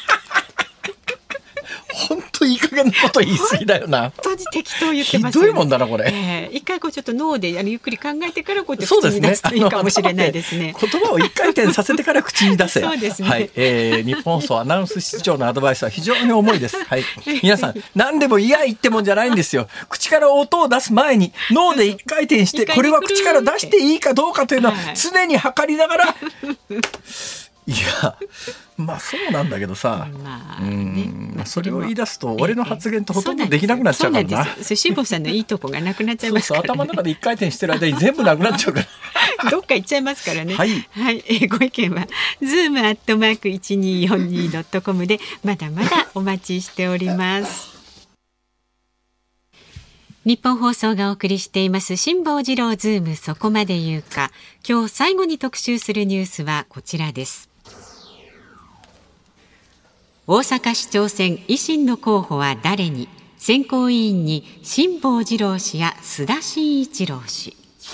本当いい加減なこと言い過ぎだよな。 本当に適当言ってますよね。 ひどいもんだなこれ、 えー、一回こうちょっと脳であのゆっくり考えてからこうやって口に出すといいかもしれないですね。 言葉を一回転させてから口に出せ。 そうですね、 はい、えー、日本放送アナウンス室長のアドバイスは非常に重いです。はい、皆さん何でもいや言ってもんじゃないんですよ。口から音を出す前に脳で一回転してこれは口から出していいかどうかというのは常に測りながらいやまあそうなんだけどさ、まあね、うんそれを言い出すと俺の発言とほとんどできなくなっちゃうからな。 辛坊さんのいいとこがなくなっちゃいますからね。 そうそう、頭の中で一回転してる間に全部なくなっちゃうからどっか行っちゃいますからね。 はい、 はい、えー、ご意見は ズームアットマークいちにーよんにードットコム でまだまだお待ちしております。日本放送がお送りしています辛坊治郎ズームそこまで言うか。今日最後に特集するニュースはこちらです。大阪市長選維新の候補は誰に。選考委員に辛坊治郎氏や須田慎一郎氏。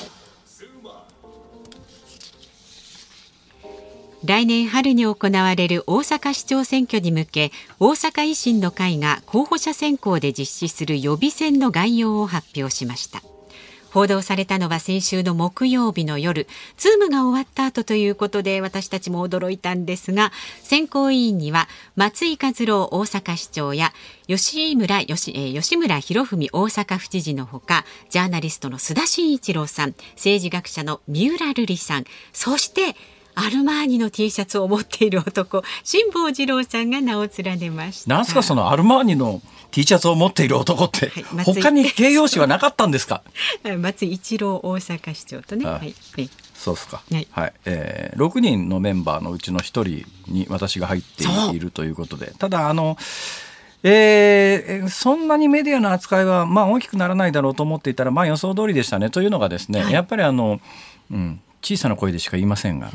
来年春に行われる大阪市長選挙に向け、大阪維新の会が候補者選考で実施する予備選の概要を発表しました。報道されたのは先週の木曜日の夜、ズームが終わった後ということで私たちも驚いたんですが、選考委員には松井一郎大阪市長や吉村吉、えー、吉村博文大阪府知事のほか、ジャーナリストの須田慎一郎さん、政治学者の三浦瑠麗さん、そしてアルマーニの T シャツを持っている男、辛坊治郎さんが名を連ねました。 なんすかそのアルマーニの T シャツを持っている男って、はい、他に形容詞はなかったんですか。 松井一郎大阪市長とね、はい、 そうですか、はいはい、えー、ろくにんのメンバーのうちのひとりに私が入っているということで、ただあのえー、そんなにメディアの扱いはまあ大きくならないだろうと思っていたら、まあ予想通りでしたね。というのがですね、はい、やっぱりあの、うん、小さな声でしか言いませんが、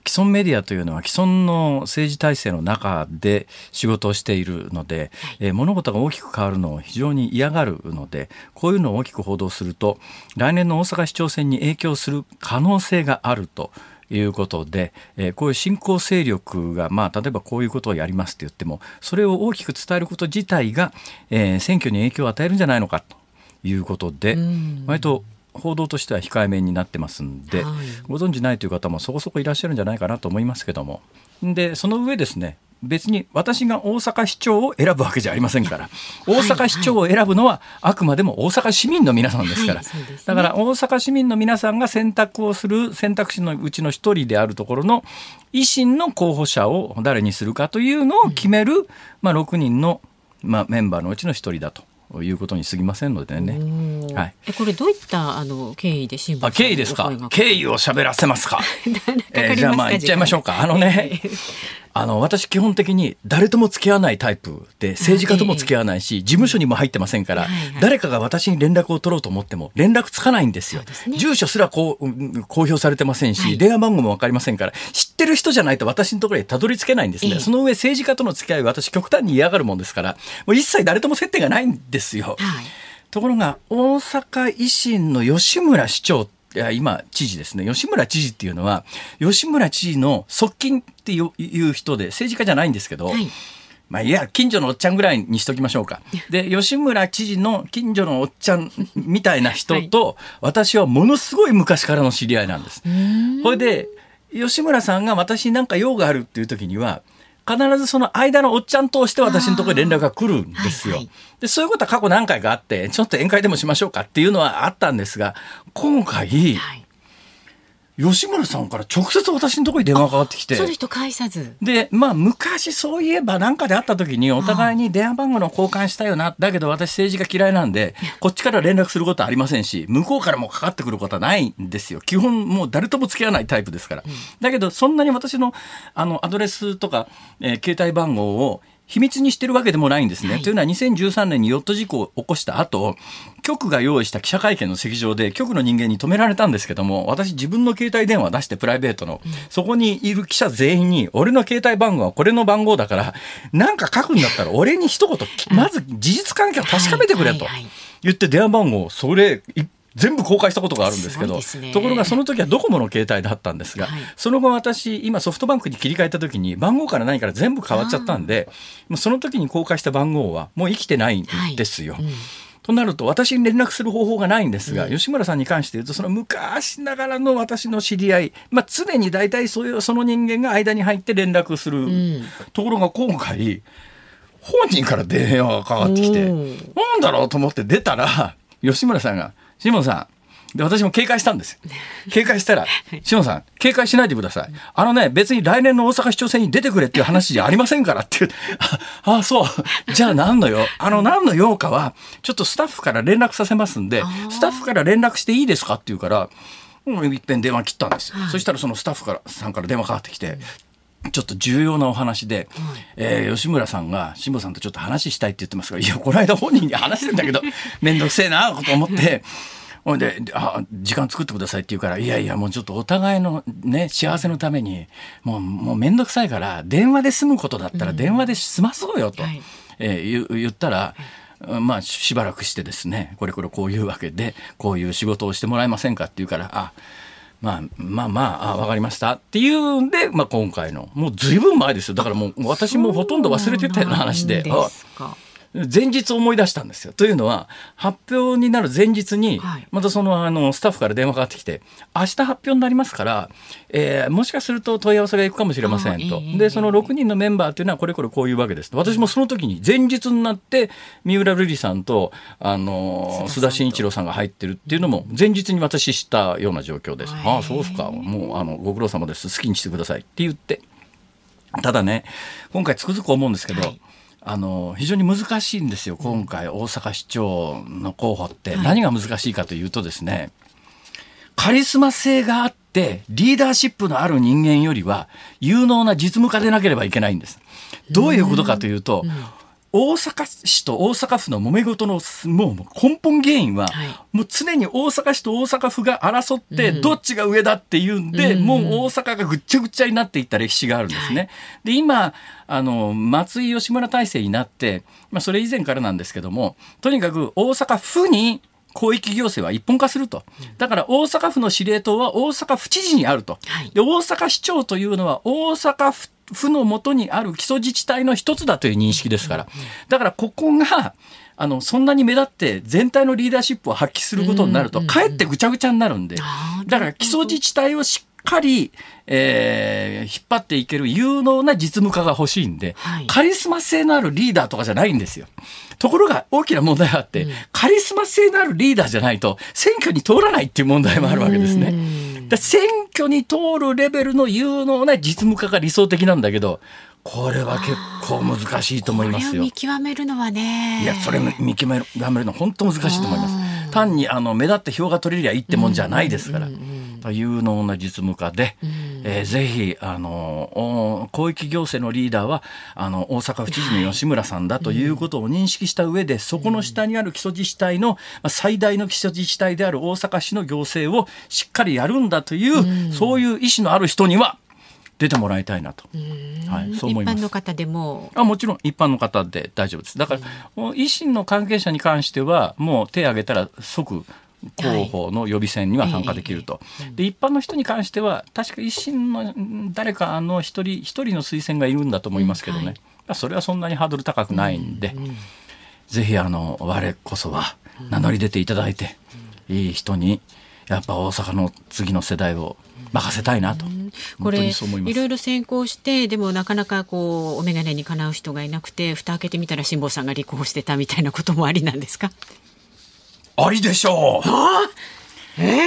既存メディアというのは既存の政治体制の中で仕事をしているので、はい、えー、物事が大きく変わるのを非常に嫌がるので、こういうのを大きく報道すると来年の大阪市長選に影響する可能性があるということで、えー、こういう新興勢力が、まあ、例えばこういうことをやりますって言ってもそれを大きく伝えること自体が、えー、選挙に影響を与えるんじゃないのかということで、割と報道としては控えめになってますんで、はい、ご存じないという方もそこそこいらっしゃるんじゃないかなと思いますけども、でその上ですね、別に私が大阪市長を選ぶわけじゃありませんから大阪市長を選ぶのはあくまでも大阪市民の皆さんですから、はいはい、だから大阪市民の皆さんが選択をする選択肢のうちの一人であるところの維新の候補者を誰にするかというのを決める、うん、まあ、ろくにんの、まあ、メンバーのうちの一人だということに過ぎませんのでね、はい、 えこれどういったあの経緯で辛坊さんのお声が、 あ、経緯ですか。経緯を喋らせますかえー、じゃあまあ言っちゃいましょうか。あのねあの私基本的に誰とも付き合わないタイプで、政治家とも付き合わないし、事務所にも入ってませんから、誰かが私に連絡を取ろうと思っても連絡つかないんですよ。住所すらこう公表されてませんし、電話番号も分かりませんから、知ってる人じゃないと私のところにたどり着けないんですね。その上政治家との付き合いは私極端に嫌がるもんですから、もう一切誰とも接点がないんですよ。ところが大阪維新の吉村市長、いや今知事ですね、吉村知事っていうのは吉村知事の側近っていう人で、政治家じゃないんですけど、はい、まあ、いや近所のおっちゃんぐらいにしときましょうか。で吉村知事の近所のおっちゃんみたいな人と私はものすごい昔からの知り合いなんです。それで吉村さんが私に何か用があるっていう時には必ずその間のおっちゃん通して私のところに連絡が来るんですよ。はいはい、でそういうことは過去何回かあって、ちょっと宴会でもしましょうかっていうのはあったんですが、今回、はい、吉村さんから直接私のところに電話がかかってきて、 その人返さずで、まあ、昔そういえば何かで会った時にお互いに電話番号の交換したよな、だけど私政治が嫌いなんでこっちから連絡することはありませんし、向こうからもかかってくることはないんですよ。基本もう誰とも付き合わないタイプですから、うん、だけどそんなに私の、あのアドレスとか、えー、携帯番号を秘密にしてるわけでもないんですね。はい、というのはにせんじゅうさんねんにヨット事故を起こした後、局が用意した記者会見の席上で局の人間に止められたんですけども、私自分の携帯電話出してプライベートの、うん、そこにいる記者全員に俺の携帯番号はこれの番号だから何か書くんだったら俺に一言まず事実関係を確かめてくれと言って電話番号それ全部公開したことがあるんですけど、す、ね、ところがその時はドコモの携帯だったんですが、はい、その後私今ソフトバンクに切り替えた時に番号から何から全部変わっちゃったんで、もうその時に公開した番号はもう生きてないんですよ。はい、うん、となると私に連絡する方法がないんですが、うん、吉村さんに関して言うとその昔ながらの私の知り合い、まあ、常に大体そういうその人間が間に入って連絡する、うん、ところが今回本人から電話がかかってきて、なんだろうと思って出たら吉村さんがシモンさんで、私も警戒したんですよ。警戒したらシモンさん警戒しないでください、あのね別に来年の大阪市長選に出てくれっていう話じゃありませんからっていうああそうじゃあ何のよあの何の用かはちょっとスタッフから連絡させますんでスタッフから連絡していいですかって言うから、もういっぺん電話切ったんですよ。そしたらそのスタッフからさんから電話かかってきて、ちょっと重要なお話で、えー、吉村さんが辛坊さんとちょっと話したいって言ってますが、いやこの間本人に話してんだけどめんどくせえなと思ってほんであ時間作ってくださいって言うから、いやいやもうちょっとお互いのね幸せのためにもうもうめんどくさいから電話で済むことだったら電話で済まそうよと、うん、えー、言, 言ったら、はい、まあしばらくしてですね、これこれこういうわけでこういう仕事をしてもらえませんかって言うから、あまあまあまあ、あ分かりましたっていうんで、まあ、今回のもうずいぶん前ですよ。だからもう私もほとんど忘れてたような話で、前日思い出したんですよ。というのは発表になる前日にまたそのあのスタッフから電話かかってきて、明日発表になりますから、えー、もしかすると問い合わせがいくかもしれませんと。でそのろくにんのメンバーというのはこれこれこういうわけですと。私もその時に前日になって三浦瑠麗さんとあの須田慎一郎さんが入ってるっていうのも前日に私知ったような状況です。ああそうですか、もうあのご苦労様です、好きにしてくださいって言って、ただね今回つくづく思うんですけど、はい、あの非常に難しいんですよ。今回大阪市長の候補って何が難しいかというとですね、はい、カリスマ性があってリーダーシップのある人間よりは有能な実務家でなければいけないんです。どういうことかというと、 大阪市と大阪府の揉め事のもう根本原因は、はい、もう常に大阪市と大阪府が争ってどっちが上だっていうんで、うん、もう大阪がぐっちゃぐちゃになっていった歴史があるんですね、はい、で今あの松井吉村体制になって、まあ、それ以前からなんですけども、とにかく大阪府に広域行政は一本化すると。だから大阪府の司令塔は大阪府知事にあると、はい、で大阪市長というのは大阪府府の下にある基礎自治体の一つだという認識ですから、だからここがあのそんなに目立って全体のリーダーシップを発揮することになると、かえってぐちゃぐちゃになるんで、だから基礎自治体をしっかり、えー、引っ張っていける有能な実務家が欲しいんで、はい、カリスマ性のあるリーダーとかじゃないんですよ。ところが大きな問題があって、うん、カリスマ性のあるリーダーじゃないと選挙に通らないっていう問題もあるわけですね。で選挙に通るレベルの有能な実務家が理想的なんだけど、これは結構難しいと思いますよ。 これを見極めるのはね。 いや、それ見極めるのは本当難しいと思います。単にあの目立って票が取れりゃいいってもんじゃないですから、うんうんうん、有能な実務家で、うんえー、ぜひあの広域行政のリーダーはあの大阪府知事の吉村さんだということを認識した上で、そこの下にある基礎自治体の最大の基礎自治体である大阪市の行政をしっかりやるんだという、うん、そういう意思のある人には出てもらいたいなと、はい、そう思います。 一般の方でもあもちろん一般の方で大丈夫です。だから、うん、維新の関係者に関してはもう手を挙げたら即候補の予備選には参加できると、はいで一般の人に関しては確か維新の誰かの一人一人の推薦がいるんだと思いますけどね、うんはい、それはそんなにハードル高くないんで、うんうん、ぜひあの我こそは名乗り出ていただいて、うん、いい人にやっぱ大阪の次の世代を任せたいなと、うん、 これいろいろ先行してでもなかなかこうお眼鏡にかなう人がいなくて蓋開けてみたら辛坊さんが立候補してたみたいなこともありなんですか？ ありでしょう。 あえー、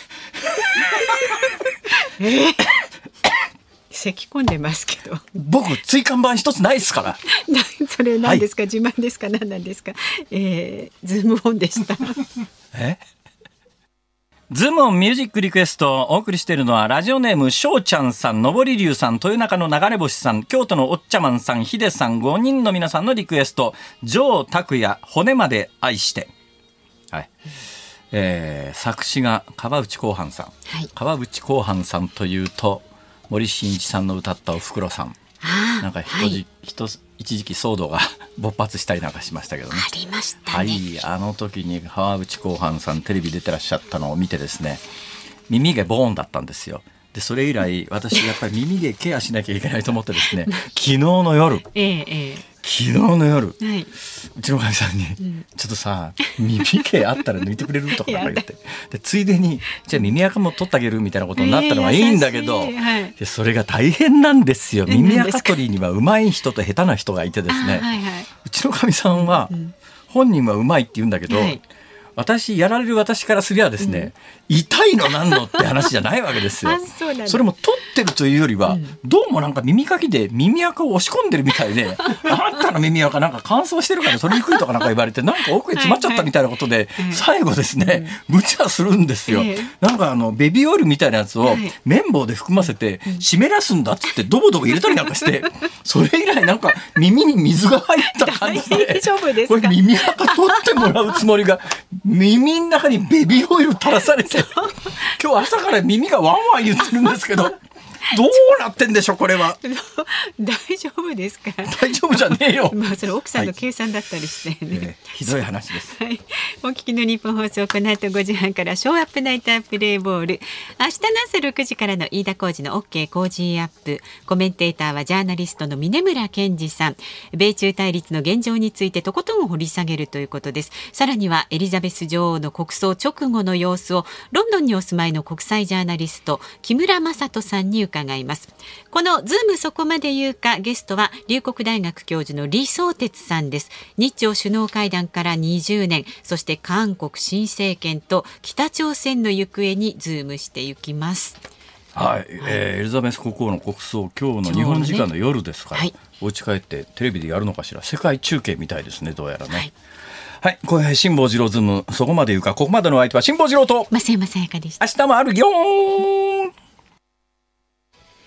えー、咳込んでますけど僕椎間板一つないですからそれ何ですか、はい、自慢ですか何なんですか、えー、ズームオンでしたえズームオンミュージックリクエストをお送りしているのはラジオネームしょうちゃんさん、のぼりりゅうさん、豊中の流れ星さん、京都のおっちゃまんさん、ひでさん、ごにんの皆さんのリクエスト、城拓也骨まで愛して、はいえー、作詞が川内広範さん、はい、川内広範さんというと森進一さんの歌ったおふくろさん、なんか人、はい、人一時期騒動が勃発したりなんかしましたけどね。 ありましたね。 はい、あの時に川内広範さんテレビ出てらっしゃったのを見てですね、耳毛ボーンだったんですよ。でそれ以来私やっぱり耳毛ケアしなきゃいけないと思ってですね昨日の夜、ええええ、昨日の夜、はい、うちのかみさんに、うん、ちょっとさ耳毛あったら抜いてくれるとか言ってでついでにじゃあ耳垢も取ってあげるみたいなことになったのはいいんだけど、はい、でそれが大変なんですよ。耳垢取りには上手い人と下手な人がいてですね、はいはい、うちのかみさんは、うん、本人は上手いって言うんだけど、はい私やられる私からすりゃですね、うん、痛いのなんのって話じゃないわけですよ。そ, それも取ってるというよりは、うん、どうもなんか耳かきで耳垢を押し込んでるみたいであんたの耳垢なんか乾燥してるから取りにくいとかなんか言われてなんか奥へ詰まっちゃったみたいなことで、はいはい、最後ですね、うん、無茶するんですよ、えー、なんかあのベビーオイルみたいなやつを綿棒で含ませて湿らすんだっつってドボドボ入れたりなんかしてそれ以来なんか耳に水が入った感じで大丈夫ですか？ これ耳垢取ってもらうつもりが耳の中にベビーオイル垂らされて今日朝から耳がワンワン言ってるんですけどどうなってんでしょうこれは。 大丈夫ですか？ 大丈夫じゃねえよ。 まあそれ奥さんの計算だったりしてね、はいえー、 ひどい話です、 はい、お聞きの日本放送この後ごじはんからショーアップナイタープレイボール、明日の朝ろくじからの飯田浩司の OK 工事アップ、コメンテーターはジャーナリストの峰村健二さん、米中対立の現状についてとことん掘り下げるということです。さらにはエリザベス女王の国葬直後の様子をロンドンにお住まいの国際ジャーナリスト木村正人さんに伺います。このズームそこまで言うか、ゲストは龍谷大学教授の李相哲さんです。日朝首脳会談からにじゅうねん、そして韓国新政権と北朝鮮の行方にズームしていきます。 はい、えー、エリザベス国王の国葬今日の日本時間の夜ですから、ねはい、お家帰ってテレビでやるのかしら。世界中継みたいですね、どうやらね。はいはい、これ辛坊治郎ズームそこまで言うか。ここまでの相手は辛坊治郎と増山さやかでした。 明日もあるよー。